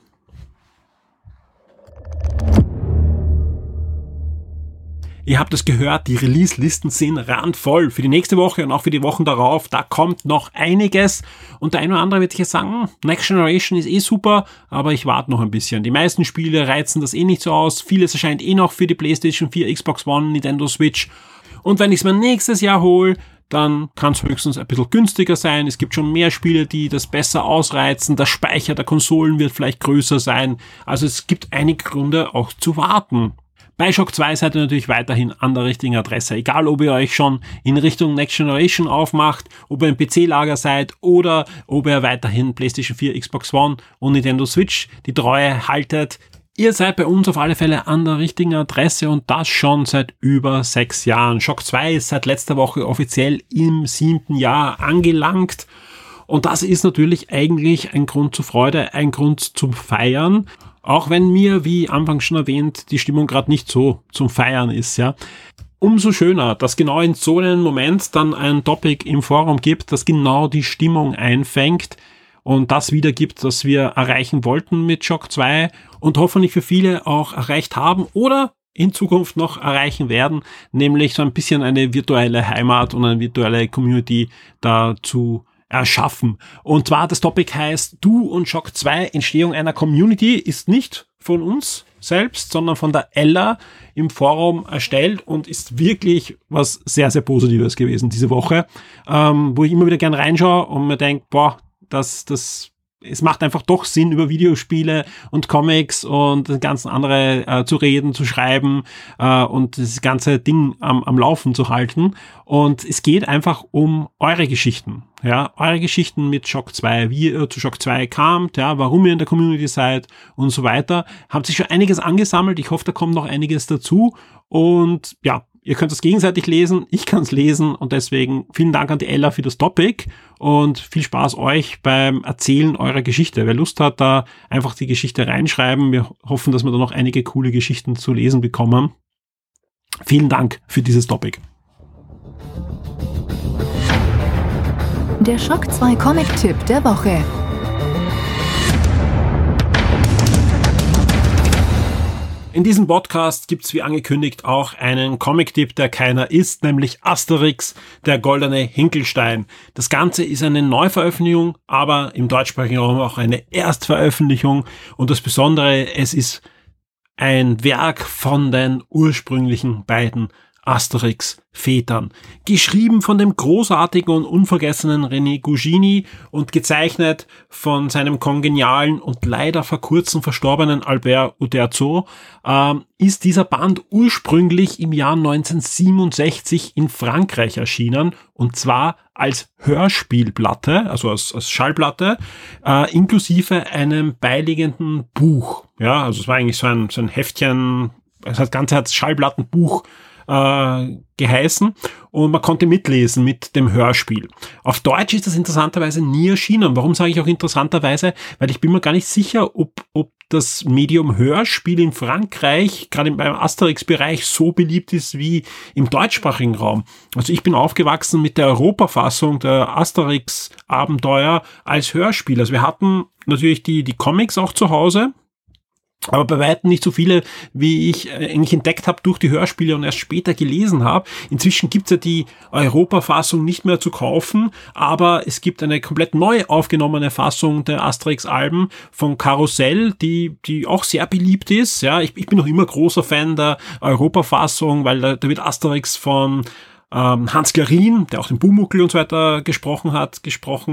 Ihr habt es gehört, die Release-Listen sind randvoll für die nächste Woche und auch für die Wochen darauf. Da kommt noch einiges und der eine oder andere wird sich jetzt sagen, Next Generation ist eh super, aber ich warte noch ein bisschen. Die meisten Spiele reizen das eh nicht so aus. Vieles erscheint eh noch für die PlayStation vier, Xbox One, Nintendo Switch. Und wenn ich es mir nächstes Jahr hole, dann kann es höchstens ein bisschen günstiger sein. Es gibt schon mehr Spiele, die das besser ausreizen. Der Speicher der Konsolen wird vielleicht größer sein. Also es gibt einige Gründe auch zu warten. Bei Shock zwei seid ihr natürlich weiterhin an der richtigen Adresse. Egal, ob ihr euch schon in Richtung Next Generation aufmacht, ob ihr im P C-Lager seid oder ob ihr weiterhin PlayStation vier, Xbox One und Nintendo Switch die Treue haltet. Ihr seid bei uns auf alle Fälle an der richtigen Adresse und das schon seit über sechs Jahren. Shock zwei ist seit letzter Woche offiziell im siebten Jahr angelangt. Und das ist natürlich eigentlich ein Grund zur Freude, ein Grund zum Feiern. Auch wenn mir, wie anfangs schon erwähnt, die Stimmung gerade nicht so zum Feiern ist, ja. Umso schöner, dass genau in so einem Moment dann ein Topic im Forum gibt, das genau die Stimmung einfängt und das wiedergibt, was wir erreichen wollten mit Shock zwei und hoffentlich für viele auch erreicht haben oder in Zukunft noch erreichen werden, nämlich so ein bisschen eine virtuelle Heimat und eine virtuelle Community dazu erschaffen. Und zwar das Topic heißt, Du und Shock zwei, Entstehung einer Community, ist nicht von uns selbst, sondern von der Ella im Forum erstellt und ist wirklich was sehr, sehr Positives gewesen diese Woche, ähm, wo ich immer wieder gern reinschaue und mir denke, boah, das, das, es macht einfach doch Sinn, über Videospiele und Comics und das ganze andere äh, zu reden, zu schreiben äh, und das ganze Ding am, am Laufen zu halten. Und es geht einfach um eure Geschichten. Ja, eure Geschichten mit Shock zwei, wie ihr zu Shock zwei kamt, ja, warum ihr in der Community seid und so weiter. Habt sich schon einiges angesammelt. Ich hoffe, da kommt noch einiges dazu. Und ja, ihr könnt es gegenseitig lesen, ich kann es lesen und deswegen vielen Dank an die Ella für das Topic und viel Spaß euch beim Erzählen eurer Geschichte. Wer Lust hat, da einfach die Geschichte reinschreiben. Wir hoffen, dass wir da noch einige coole Geschichten zu lesen bekommen. Vielen Dank für dieses Topic. Der Shock zwei Comic-Tipp der Woche. In diesem Podcast gibt's wie angekündigt auch einen Comic-Tipp, der keiner ist, nämlich Asterix, der goldene Hinkelstein. Das Ganze ist eine Neuveröffentlichung, aber im deutschsprachigen Raum auch eine Erstveröffentlichung. Und das Besondere, es ist ein Werk von den ursprünglichen beiden Asterix-Vätern. Geschrieben von dem großartigen und unvergessenen René Gugini und gezeichnet von seinem kongenialen und leider vor kurzem verstorbenen Albert Uderzo, äh, ist dieser Band ursprünglich im Jahr neunzehnhundertsiebenundsechzig in Frankreich erschienen und zwar als Hörspielplatte, also als, als Schallplatte, äh, inklusive einem beiliegenden Buch. Ja, also es war eigentlich so ein, so ein Heftchen, das Ganze hat Schallplattenbuch Äh, geheißen und man konnte mitlesen mit dem Hörspiel. Auf Deutsch ist das interessanterweise nie erschienen. Warum sage ich auch interessanterweise? Weil ich bin mir gar nicht sicher, ob, ob das Medium Hörspiel in Frankreich, gerade beim Asterix-Bereich, so beliebt ist wie im deutschsprachigen Raum. Also ich bin aufgewachsen mit der Europafassung der Asterix-Abenteuer als Hörspiel. Also wir hatten natürlich die, die Comics auch zu Hause, aber bei weitem nicht so viele, wie ich eigentlich entdeckt habe durch die Hörspiele und erst später gelesen habe. Inzwischen gibt's ja die Europafassung nicht mehr zu kaufen, aber es gibt eine komplett neu aufgenommene Fassung der Asterix-Alben von Karussell, die die auch sehr beliebt ist. Ja, ich, ich bin noch immer großer Fan der Europafassung, weil da, da wird Asterix von ähm, Hans Clarin, der auch den Pumuckl und so weiter gesprochen hat, gesprochen.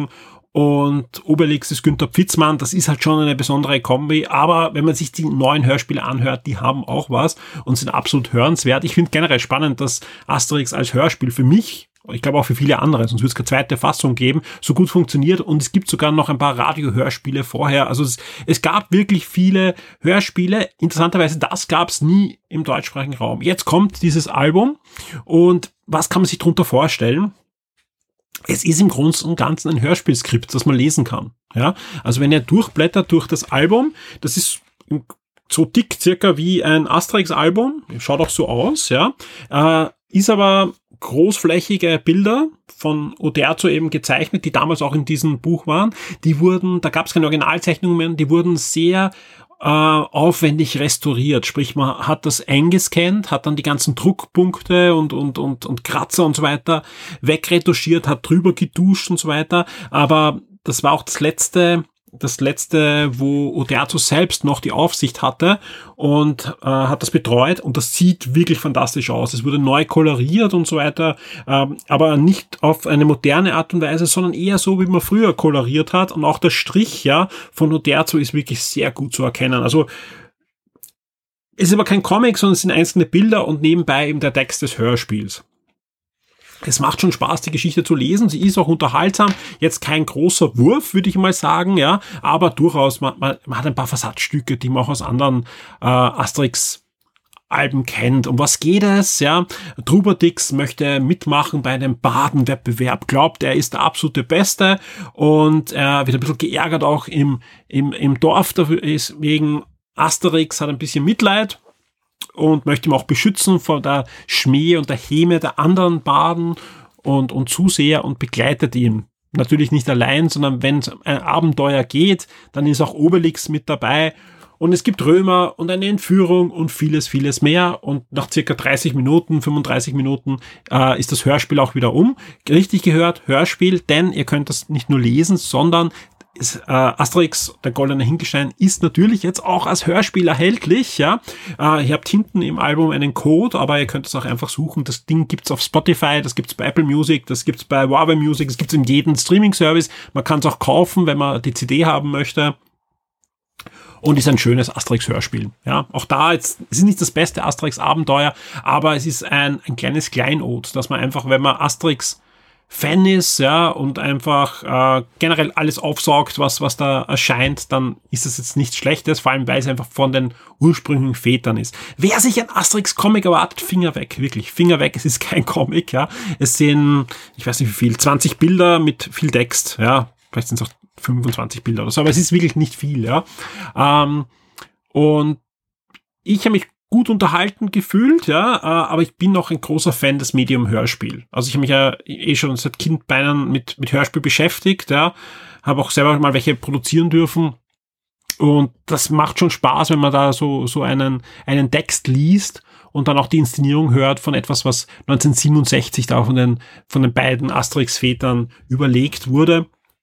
und Obelix ist Günther Pfitzmann. Das ist halt schon eine besondere Kombi, aber wenn man sich die neuen Hörspiele anhört, die haben auch was und sind absolut hörenswert. Ich finde generell spannend, dass Asterix als Hörspiel für mich, ich glaube auch für viele andere, sonst wird es keine zweite Fassung geben, so gut funktioniert, und es gibt sogar noch ein paar Radiohörspiele vorher. Also es, es gab wirklich viele Hörspiele. Interessanterweise, das gab es nie im deutschsprachigen Raum. Jetzt kommt dieses Album, und was kann man sich darunter vorstellen? Es ist im Großen und Ganzen ein Hörspielskript, das man lesen kann. Ja, also wenn ihr durchblättert durch das Album, das ist so dick circa wie ein Asterix-Album, schaut auch so aus, ja, äh, ist aber großflächige Bilder von Uderzo eben gezeichnet, die damals auch in diesem Buch waren. Die wurden, da gab es keine Originalzeichnungen mehr, die wurden sehr äh, aufwendig restauriert. Sprich, man hat das eingescannt, hat dann die ganzen Druckpunkte und und und und Kratzer und so weiter wegretuschiert, hat drüber geduscht und so weiter. Aber das war auch das letzte das letzte, wo Uderzo selbst noch die Aufsicht hatte und äh, hat das betreut, und das sieht wirklich fantastisch aus. Es wurde neu koloriert und so weiter, ähm, aber nicht auf eine moderne Art und Weise, sondern eher so, wie man früher koloriert hat, und auch der Strich, ja, von Uderzo ist wirklich sehr gut zu erkennen. Also es ist aber kein Comic, sondern es sind einzelne Bilder und nebenbei eben der Text des Hörspiels. Es macht schon Spaß, die Geschichte zu lesen. Sie ist auch unterhaltsam. Jetzt kein großer Wurf, würde ich mal sagen, ja, aber durchaus, man, man, man hat ein paar Versatzstücke, die man auch aus anderen äh, Asterix-Alben kennt. Um was geht es? Ja, Trubadix möchte mitmachen bei einem Badenwettbewerb. Glaubt, er ist der absolute Beste, und er wird ein bisschen geärgert auch im im im Dorf dafür ist wegen Asterix, hat ein bisschen Mitleid und möchte ihn auch beschützen vor der Schmäh und der Häme der anderen Baden und, und Zuseher, und begleitet ihn. Natürlich nicht allein, sondern wenn es ein Abenteuer geht, dann ist auch Obelix mit dabei, und es gibt Römer und eine Entführung und vieles, vieles mehr, und nach circa dreißig Minuten, fünfunddreißig Minuten äh, ist das Hörspiel auch wieder um. Richtig gehört, Hörspiel, denn ihr könnt das nicht nur lesen, sondern Ist, äh, Asterix, der goldene Hinkelstein, ist natürlich jetzt auch als Hörspiel erhältlich, ja. Äh, ihr habt hinten im Album einen Code, aber ihr könnt es auch einfach suchen. Das Ding gibt's auf Spotify, das gibt's bei Apple Music, das gibt's bei Huawei Music, das gibt's in jedem Streaming-Service. Man kann es auch kaufen, wenn man die C D haben möchte. Und ist ein schönes Asterix-Hörspiel. Ja, auch da, jetzt, es ist nicht das beste Asterix-Abenteuer, aber es ist ein, ein kleines Kleinod, dass man einfach, wenn man Asterix Fan ist, ja, und einfach äh, generell alles aufsaugt, was was da erscheint, dann ist das jetzt nichts Schlechtes, vor allem weil es einfach von den ursprünglichen Vätern ist. Wer sich ein Asterix-Comic erwartet, Finger weg, wirklich, Finger weg, es ist kein Comic, ja. Es sind, ich weiß nicht wie viel, zwanzig Bilder mit viel Text, ja, vielleicht sind es auch fünfundzwanzig Bilder oder so, aber es ist wirklich nicht viel, ja. Ähm, und ich habe mich gut unterhalten gefühlt, ja, aber ich bin noch ein großer Fan des Medium Hörspiel. Also ich habe mich ja eh schon seit Kindbeinen mit mit Hörspiel beschäftigt, ja, habe auch selber mal welche produzieren dürfen, und das macht schon Spaß, wenn man da so so einen einen Text liest und dann auch die Inszenierung hört von etwas, was neunzehnhundertsiebenundsechzig da von den von den beiden Asterix-Vätern überlegt wurde.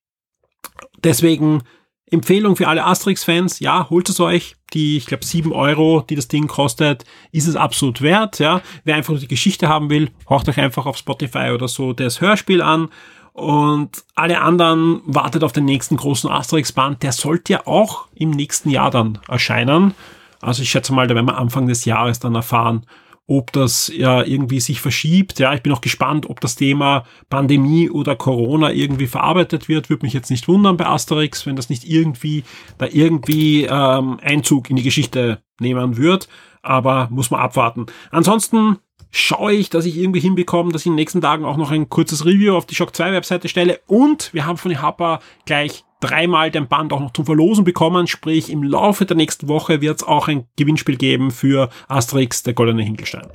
Deswegen Empfehlung für alle Asterix-Fans, ja, holt es euch. Die, ich glaube, sieben Euro, die das Ding kostet, ist es absolut wert, ja. Wer einfach nur die Geschichte haben will, haucht euch einfach auf Spotify oder so das Hörspiel an. Und alle anderen wartet auf den nächsten großen Asterix-Band. Der sollte ja auch im nächsten Jahr dann erscheinen. Also ich schätze mal, da werden wir Anfang des Jahres dann erfahren, ob das ja irgendwie sich verschiebt. Ja, ich bin auch gespannt, ob das Thema Pandemie oder Corona irgendwie verarbeitet wird. Würde mich jetzt nicht wundern bei Asterix, wenn das nicht irgendwie da irgendwie ähm, Einzug in die Geschichte nehmen wird. Aber muss man abwarten. Ansonsten schaue ich, dass ich irgendwie hinbekomme, dass ich in den nächsten Tagen auch noch ein kurzes Review auf die Shock zwei Webseite stelle. Und wir haben von Ihapa gleich dreimal den Band auch noch zum Verlosen bekommen, sprich im Laufe der nächsten Woche wird es auch ein Gewinnspiel geben für Asterix, der goldene Hinkelstein.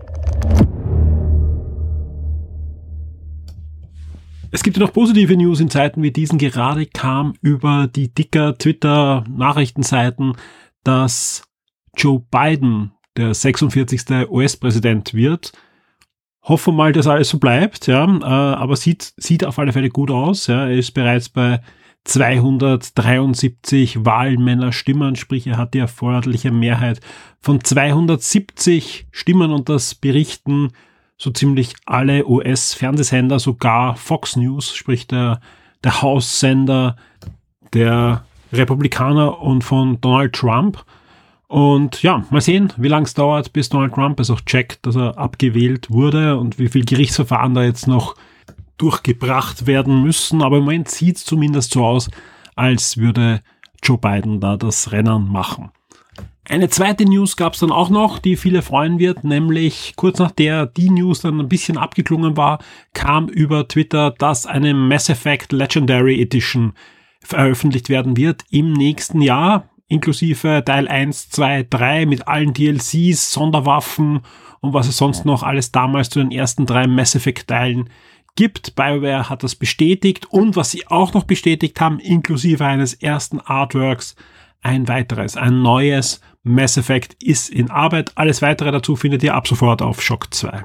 Es gibt ja noch positive News in Zeiten wie diesen. Gerade kam über die dicker Twitter-Nachrichtenseiten, dass Joe Biden der sechsundvierzigste U S-Präsident wird. Hoffen wir mal, dass alles so bleibt, ja, aber sieht, sieht auf alle Fälle gut aus. Ja. Er ist bereits bei zweihundertdreiundsiebzig Wahlmännerstimmen, sprich er hat die erforderliche Mehrheit von zweihundertsiebzig Stimmen, und das berichten so ziemlich alle U S-Fernsehsender, sogar Fox News, sprich der, der Haussender der Republikaner und von Donald Trump. Und ja, mal sehen, wie lange es dauert, bis Donald Trump es auch checkt, dass er abgewählt wurde und wie viel Gerichtsverfahren da jetzt noch durchgebracht werden müssen. Aber im Moment sieht es zumindest so aus, als würde Joe Biden da das Rennen machen. Eine zweite News gab es dann auch noch, die viele freuen wird, nämlich kurz nach der die News dann ein bisschen abgeklungen war, kam über Twitter, dass eine Mass Effect Legendary Edition veröffentlicht werden wird im nächsten Jahr, inklusive Teil eins, zwei, drei mit allen D L Cs, Sonderwaffen und was es sonst noch alles damals zu den ersten drei Mass Effect Teilen gibt. BioWare hat das bestätigt und was sie auch noch bestätigt haben, inklusive eines ersten Artworks, ein weiteres, ein neues Mass Effect ist in Arbeit. Alles weitere dazu findet ihr ab sofort auf Shock zwei.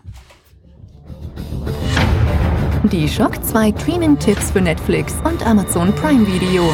Die Shock zwei Streaming-Tipps für Netflix und Amazon Prime Video.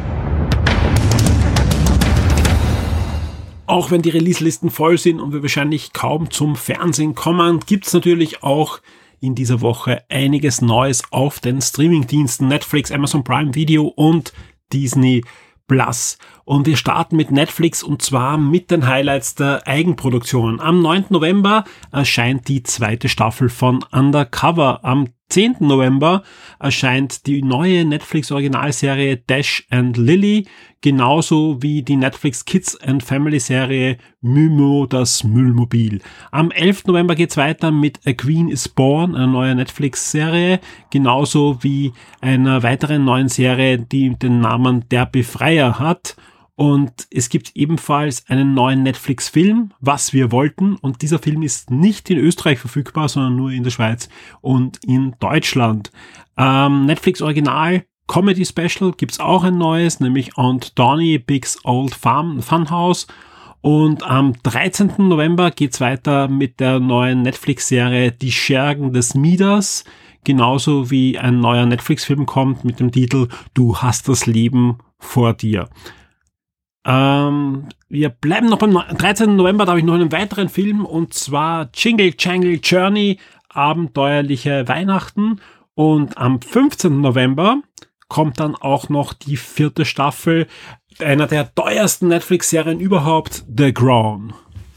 Auch wenn die Release-Listen voll sind und wir wahrscheinlich kaum zum Fernsehen kommen, gibt es natürlich auch in dieser Woche einiges Neues auf den Streaming-Diensten Netflix, Amazon Prime Video und Disney Plus. Und wir starten mit Netflix und zwar mit den Highlights der Eigenproduktionen. Am neunten November erscheint die zweite Staffel von Undercover. Am zehnten November erscheint die neue Netflix-Originalserie Dash and Lily, genauso wie die Netflix Kids and Family Serie Mymo, das Müllmobil. Am elften November geht's weiter mit A Queen is Born, eine neue Netflix-Serie, genauso wie einer weiteren neuen Serie, die den Namen Der Befreier hat. Und es gibt ebenfalls einen neuen Netflix-Film, Was wir wollten. Und dieser Film ist nicht in Österreich verfügbar, sondern nur in der Schweiz und in Deutschland. Ähm, Netflix Original Comedy Special gibt's auch ein neues, nämlich Aunt Donnie Big's Old Farm Funhouse. Und am dreizehnten November geht's weiter mit der neuen Netflix-Serie Die Schergen des Midas. Genauso wie ein neuer Netflix-Film kommt mit dem Titel Du hast das Leben vor dir. Ähm, wir bleiben noch beim dreizehnten November, da habe ich noch einen weiteren Film und zwar Jingle Jangle Journey, abenteuerliche Weihnachten. Und am fünfzehnten November kommt dann auch noch die vierte Staffel einer der teuersten Netflix-Serien überhaupt, The Crown.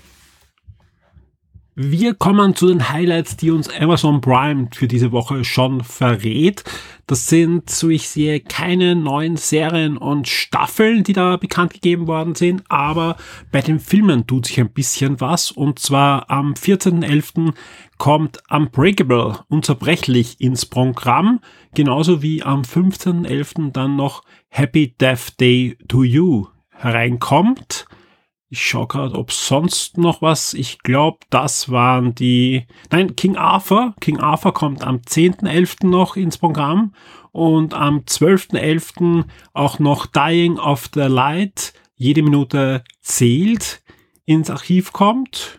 Wir kommen zu den Highlights, die uns Amazon Prime für diese Woche schon verrät. Das sind, so ich sehe, keine neuen Serien und Staffeln, die da bekannt gegeben worden sind, aber bei den Filmen tut sich ein bisschen was. Und zwar am vierzehnten elften kommt Unbreakable, unzerbrechlich ins Programm, genauso wie am fünfzehnten elften dann noch Happy Death Day to You hereinkommt. Ich schaue gerade, ob sonst noch was. Ich glaube, das waren die... Nein, King Arthur. King Arthur kommt am zehnten elften noch ins Programm. Und am zwölften elften auch noch Dying of the Light. Jede Minute zählt. Ins Archiv kommt.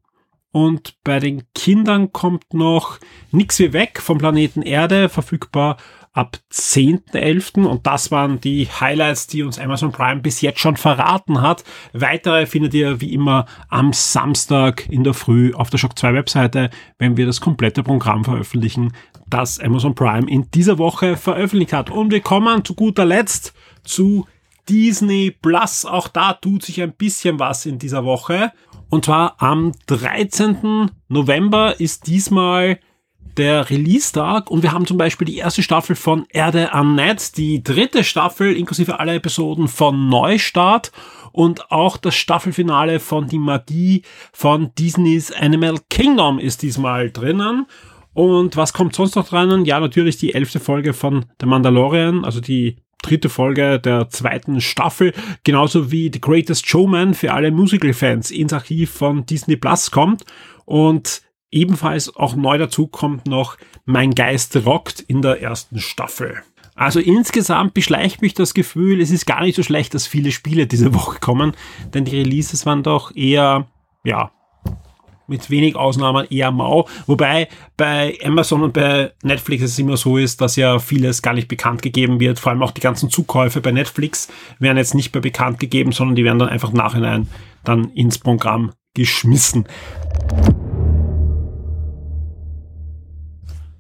Und bei den Kindern kommt noch Nix wie weg vom Planeten Erde. Verfügbar ab zehnten elften und das waren die Highlights, die uns Amazon Prime bis jetzt schon verraten hat. Weitere findet ihr wie immer am Samstag in der Früh auf der Shock zwei Webseite, wenn wir das komplette Programm veröffentlichen, das Amazon Prime in dieser Woche veröffentlicht hat. Und wir kommen zu guter Letzt zu Disney Plus. Auch da tut sich ein bisschen was in dieser Woche. Und zwar am dreizehnten November ist diesmal der Release-Tag und wir haben zum Beispiel die erste Staffel von Erde Annette, die dritte Staffel inklusive aller Episoden von Neustart und auch das Staffelfinale von Die Magie von Disneys Animal Kingdom ist diesmal drinnen. Und was kommt sonst noch drinnen? Ja, natürlich die elfte Folge von The Mandalorian, also die dritte Folge der zweiten Staffel, genauso wie The Greatest Showman für alle Musical-Fans ins Archiv von Disney Plus kommt. Und ebenfalls auch neu dazu kommt noch Mein Geist rockt in der ersten Staffel. Also insgesamt beschleicht mich das Gefühl, es ist gar nicht so schlecht, dass viele Spiele diese Woche kommen, denn die Releases waren doch eher, ja, mit wenig Ausnahmen eher mau. Wobei bei Amazon und bei Netflix es immer so ist, dass ja vieles gar nicht bekannt gegeben wird. Vor allem auch die ganzen Zukäufe bei Netflix werden jetzt nicht mehr bekannt gegeben, sondern die werden dann einfach nachhinein dann ins Programm geschmissen.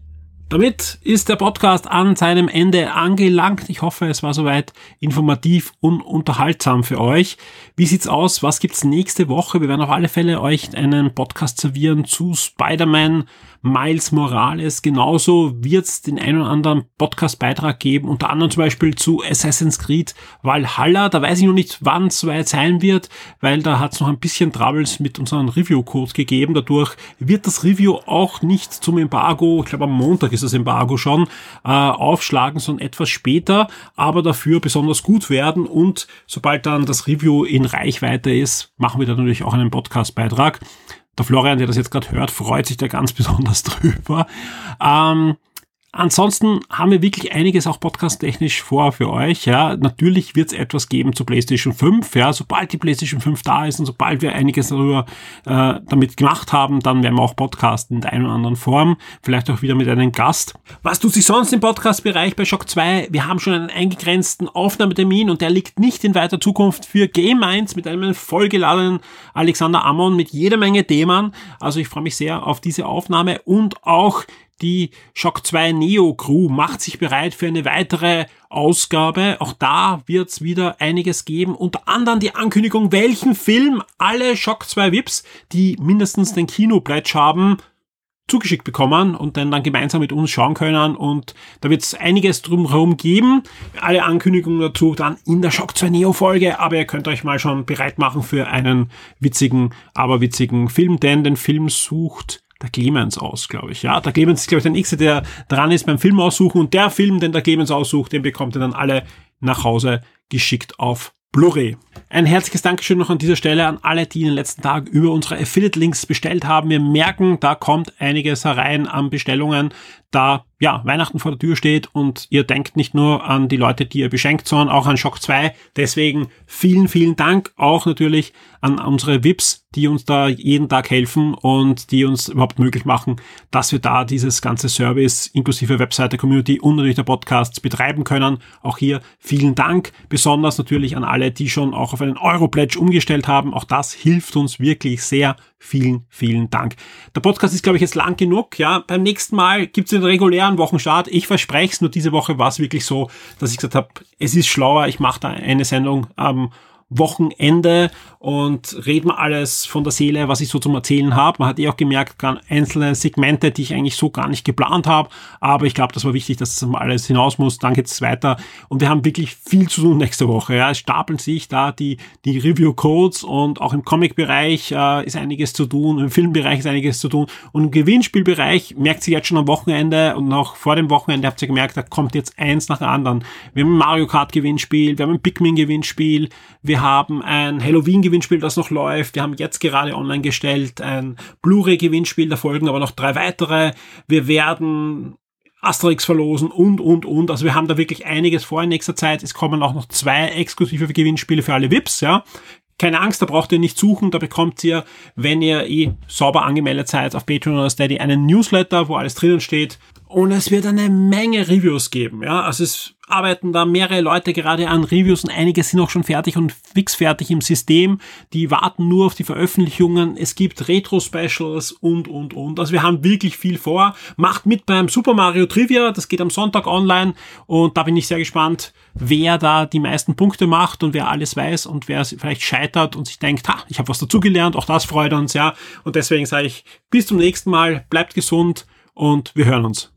Damit ist der Podcast an seinem Ende angelangt. Ich hoffe, es war soweit informativ und unterhaltsam für euch. Wie sieht's aus? Was gibt's nächste Woche? Wir werden auf alle Fälle euch einen Podcast servieren zu Spider-Man Miles Morales. Genauso wird's den einen oder anderen Podcast-Beitrag geben, unter anderem zum Beispiel zu Assassin's Creed Valhalla. Da weiß ich noch nicht, wann es soweit sein wird, weil da hat's noch ein bisschen Troubles mit unserem Review-Code gegeben. Dadurch wird das Review auch nicht zum Embargo, ich glaube am Montag ist das Embargo schon, äh, aufschlagen, sondern etwas später, aber dafür besonders gut werden. Und sobald dann das Review in Reichweite ist, machen wir da natürlich auch einen Podcast-Beitrag. Der Florian, der das jetzt gerade hört, freut sich da ganz besonders drüber. Ähm, Ansonsten haben wir wirklich einiges auch podcast-technisch vor für euch. Ja, natürlich wird es etwas geben zu PlayStation fünf. Ja, sobald die PlayStation fünf da ist und sobald wir einiges darüber äh, damit gemacht haben, dann werden wir auch podcasten in der einen oder anderen Form. Vielleicht auch wieder mit einem Gast. Was tut sich sonst im Podcast-Bereich bei Shock zwei? Wir haben schon einen eingegrenzten Aufnahmetermin und der liegt nicht in weiter Zukunft für Game eins mit einem vollgeladenen Alexander Ammon mit jeder Menge Themen. Also ich freue mich sehr auf diese Aufnahme und auch die Shock zwei Neo Crew macht sich bereit für eine weitere Ausgabe. Auch da wird es wieder einiges geben. Unter anderem die Ankündigung, welchen Film alle Shock zwei V I Ps, die mindestens den Kino-Pledge haben, zugeschickt bekommen und dann, dann gemeinsam mit uns schauen können. Und da wird es einiges drumherum geben. Alle Ankündigungen dazu dann in der Shock zwei Neo Folge. Aber ihr könnt euch mal schon bereit machen für einen witzigen, aber witzigen Film, denn den Film sucht der Clemens aus, glaube ich. Ja, der Clemens ist, glaube ich, der Nächste, der dran ist beim Film aussuchen. Und der Film, den der Clemens aussucht, den bekommt ihr dann alle nach Hause geschickt auf Blu-ray. Ein herzliches Dankeschön noch an dieser Stelle an alle, die in den letzten Tagen über unsere Affiliate-Links bestellt haben. Wir merken, da kommt einiges herein an Bestellungen, da ja Weihnachten vor der Tür steht und ihr denkt nicht nur an die Leute, die ihr beschenkt, sondern auch an Shock zwei. Deswegen vielen, vielen Dank auch natürlich an unsere V I Ps, die uns da jeden Tag helfen und die uns überhaupt möglich machen, dass wir da dieses ganze Service inklusive Webseite, Community und natürlich der Podcasts betreiben können. Auch hier vielen Dank, besonders natürlich an alle, die schon auch auf einen Euro-Pledge umgestellt haben. Auch das hilft uns wirklich sehr. Vielen, vielen Dank. Der Podcast ist, glaube ich, jetzt lang genug. Ja, beim nächsten Mal gibt's den regulären Wochenstart. Ich verspreche es, nur diese Woche war es wirklich so, dass ich gesagt habe, es ist schlauer, ich mache da eine Sendung am Wochenende und rede mal alles von der Seele, was ich so zum Erzählen habe. Man hat eh auch gemerkt, einzelne Segmente, die ich eigentlich so gar nicht geplant habe, aber ich glaube, das war wichtig, dass das mal alles hinaus muss. Dann geht's weiter und wir haben wirklich viel zu tun nächste Woche. Ja, es stapeln sich da die die Review-Codes und auch im Comic-Bereich äh, ist einiges zu tun, im Filmbereich ist einiges zu tun und im Gewinnspielbereich merkt sich jetzt schon am Wochenende und auch vor dem Wochenende habt ihr gemerkt, da kommt jetzt eins nach dem anderen. Wir haben ein Mario Kart Gewinnspiel, wir haben ein Pikmin Gewinnspiel, wir haben ein Halloween-Gewinnspiel, das noch läuft. Wir haben jetzt gerade online gestellt ein Blu-ray-Gewinnspiel, da folgen aber noch drei weitere. Wir werden Asterix verlosen und, und, und. Also wir haben da wirklich einiges vor in nächster Zeit. Es kommen auch noch zwei exklusive Gewinnspiele für alle V I Ps, ja. Keine Angst, da braucht ihr nicht suchen, da bekommt ihr, wenn ihr eh sauber angemeldet seid auf Patreon oder Steady, einen Newsletter, wo alles drinnen steht. Und es wird eine Menge Reviews geben, ja. Also es arbeiten da mehrere Leute gerade an Reviews und einige sind auch schon fertig und fix fertig im System. Die warten nur auf die Veröffentlichungen. Es gibt Retro-Specials und, und, und. Also wir haben wirklich viel vor. Macht mit beim Super Mario Trivia. Das geht am Sonntag online und da bin ich sehr gespannt, wer da die meisten Punkte macht und wer alles weiß und wer vielleicht scheitert und sich denkt, ha, ich habe was dazugelernt. Auch das freut uns, ja. Und deswegen sage ich, bis zum nächsten Mal. Bleibt gesund und wir hören uns.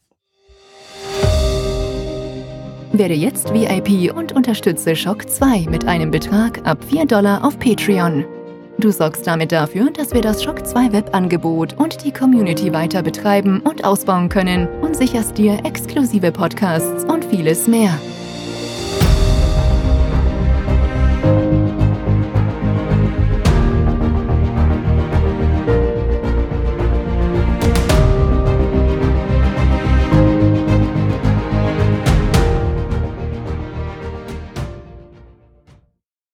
Werde jetzt V I P und unterstütze Shock zwei mit einem Betrag ab vier Dollar auf Patreon. Du sorgst damit dafür, dass wir das Shock zwei Webangebot und die Community weiter betreiben und ausbauen können und sicherst dir exklusive Podcasts und vieles mehr.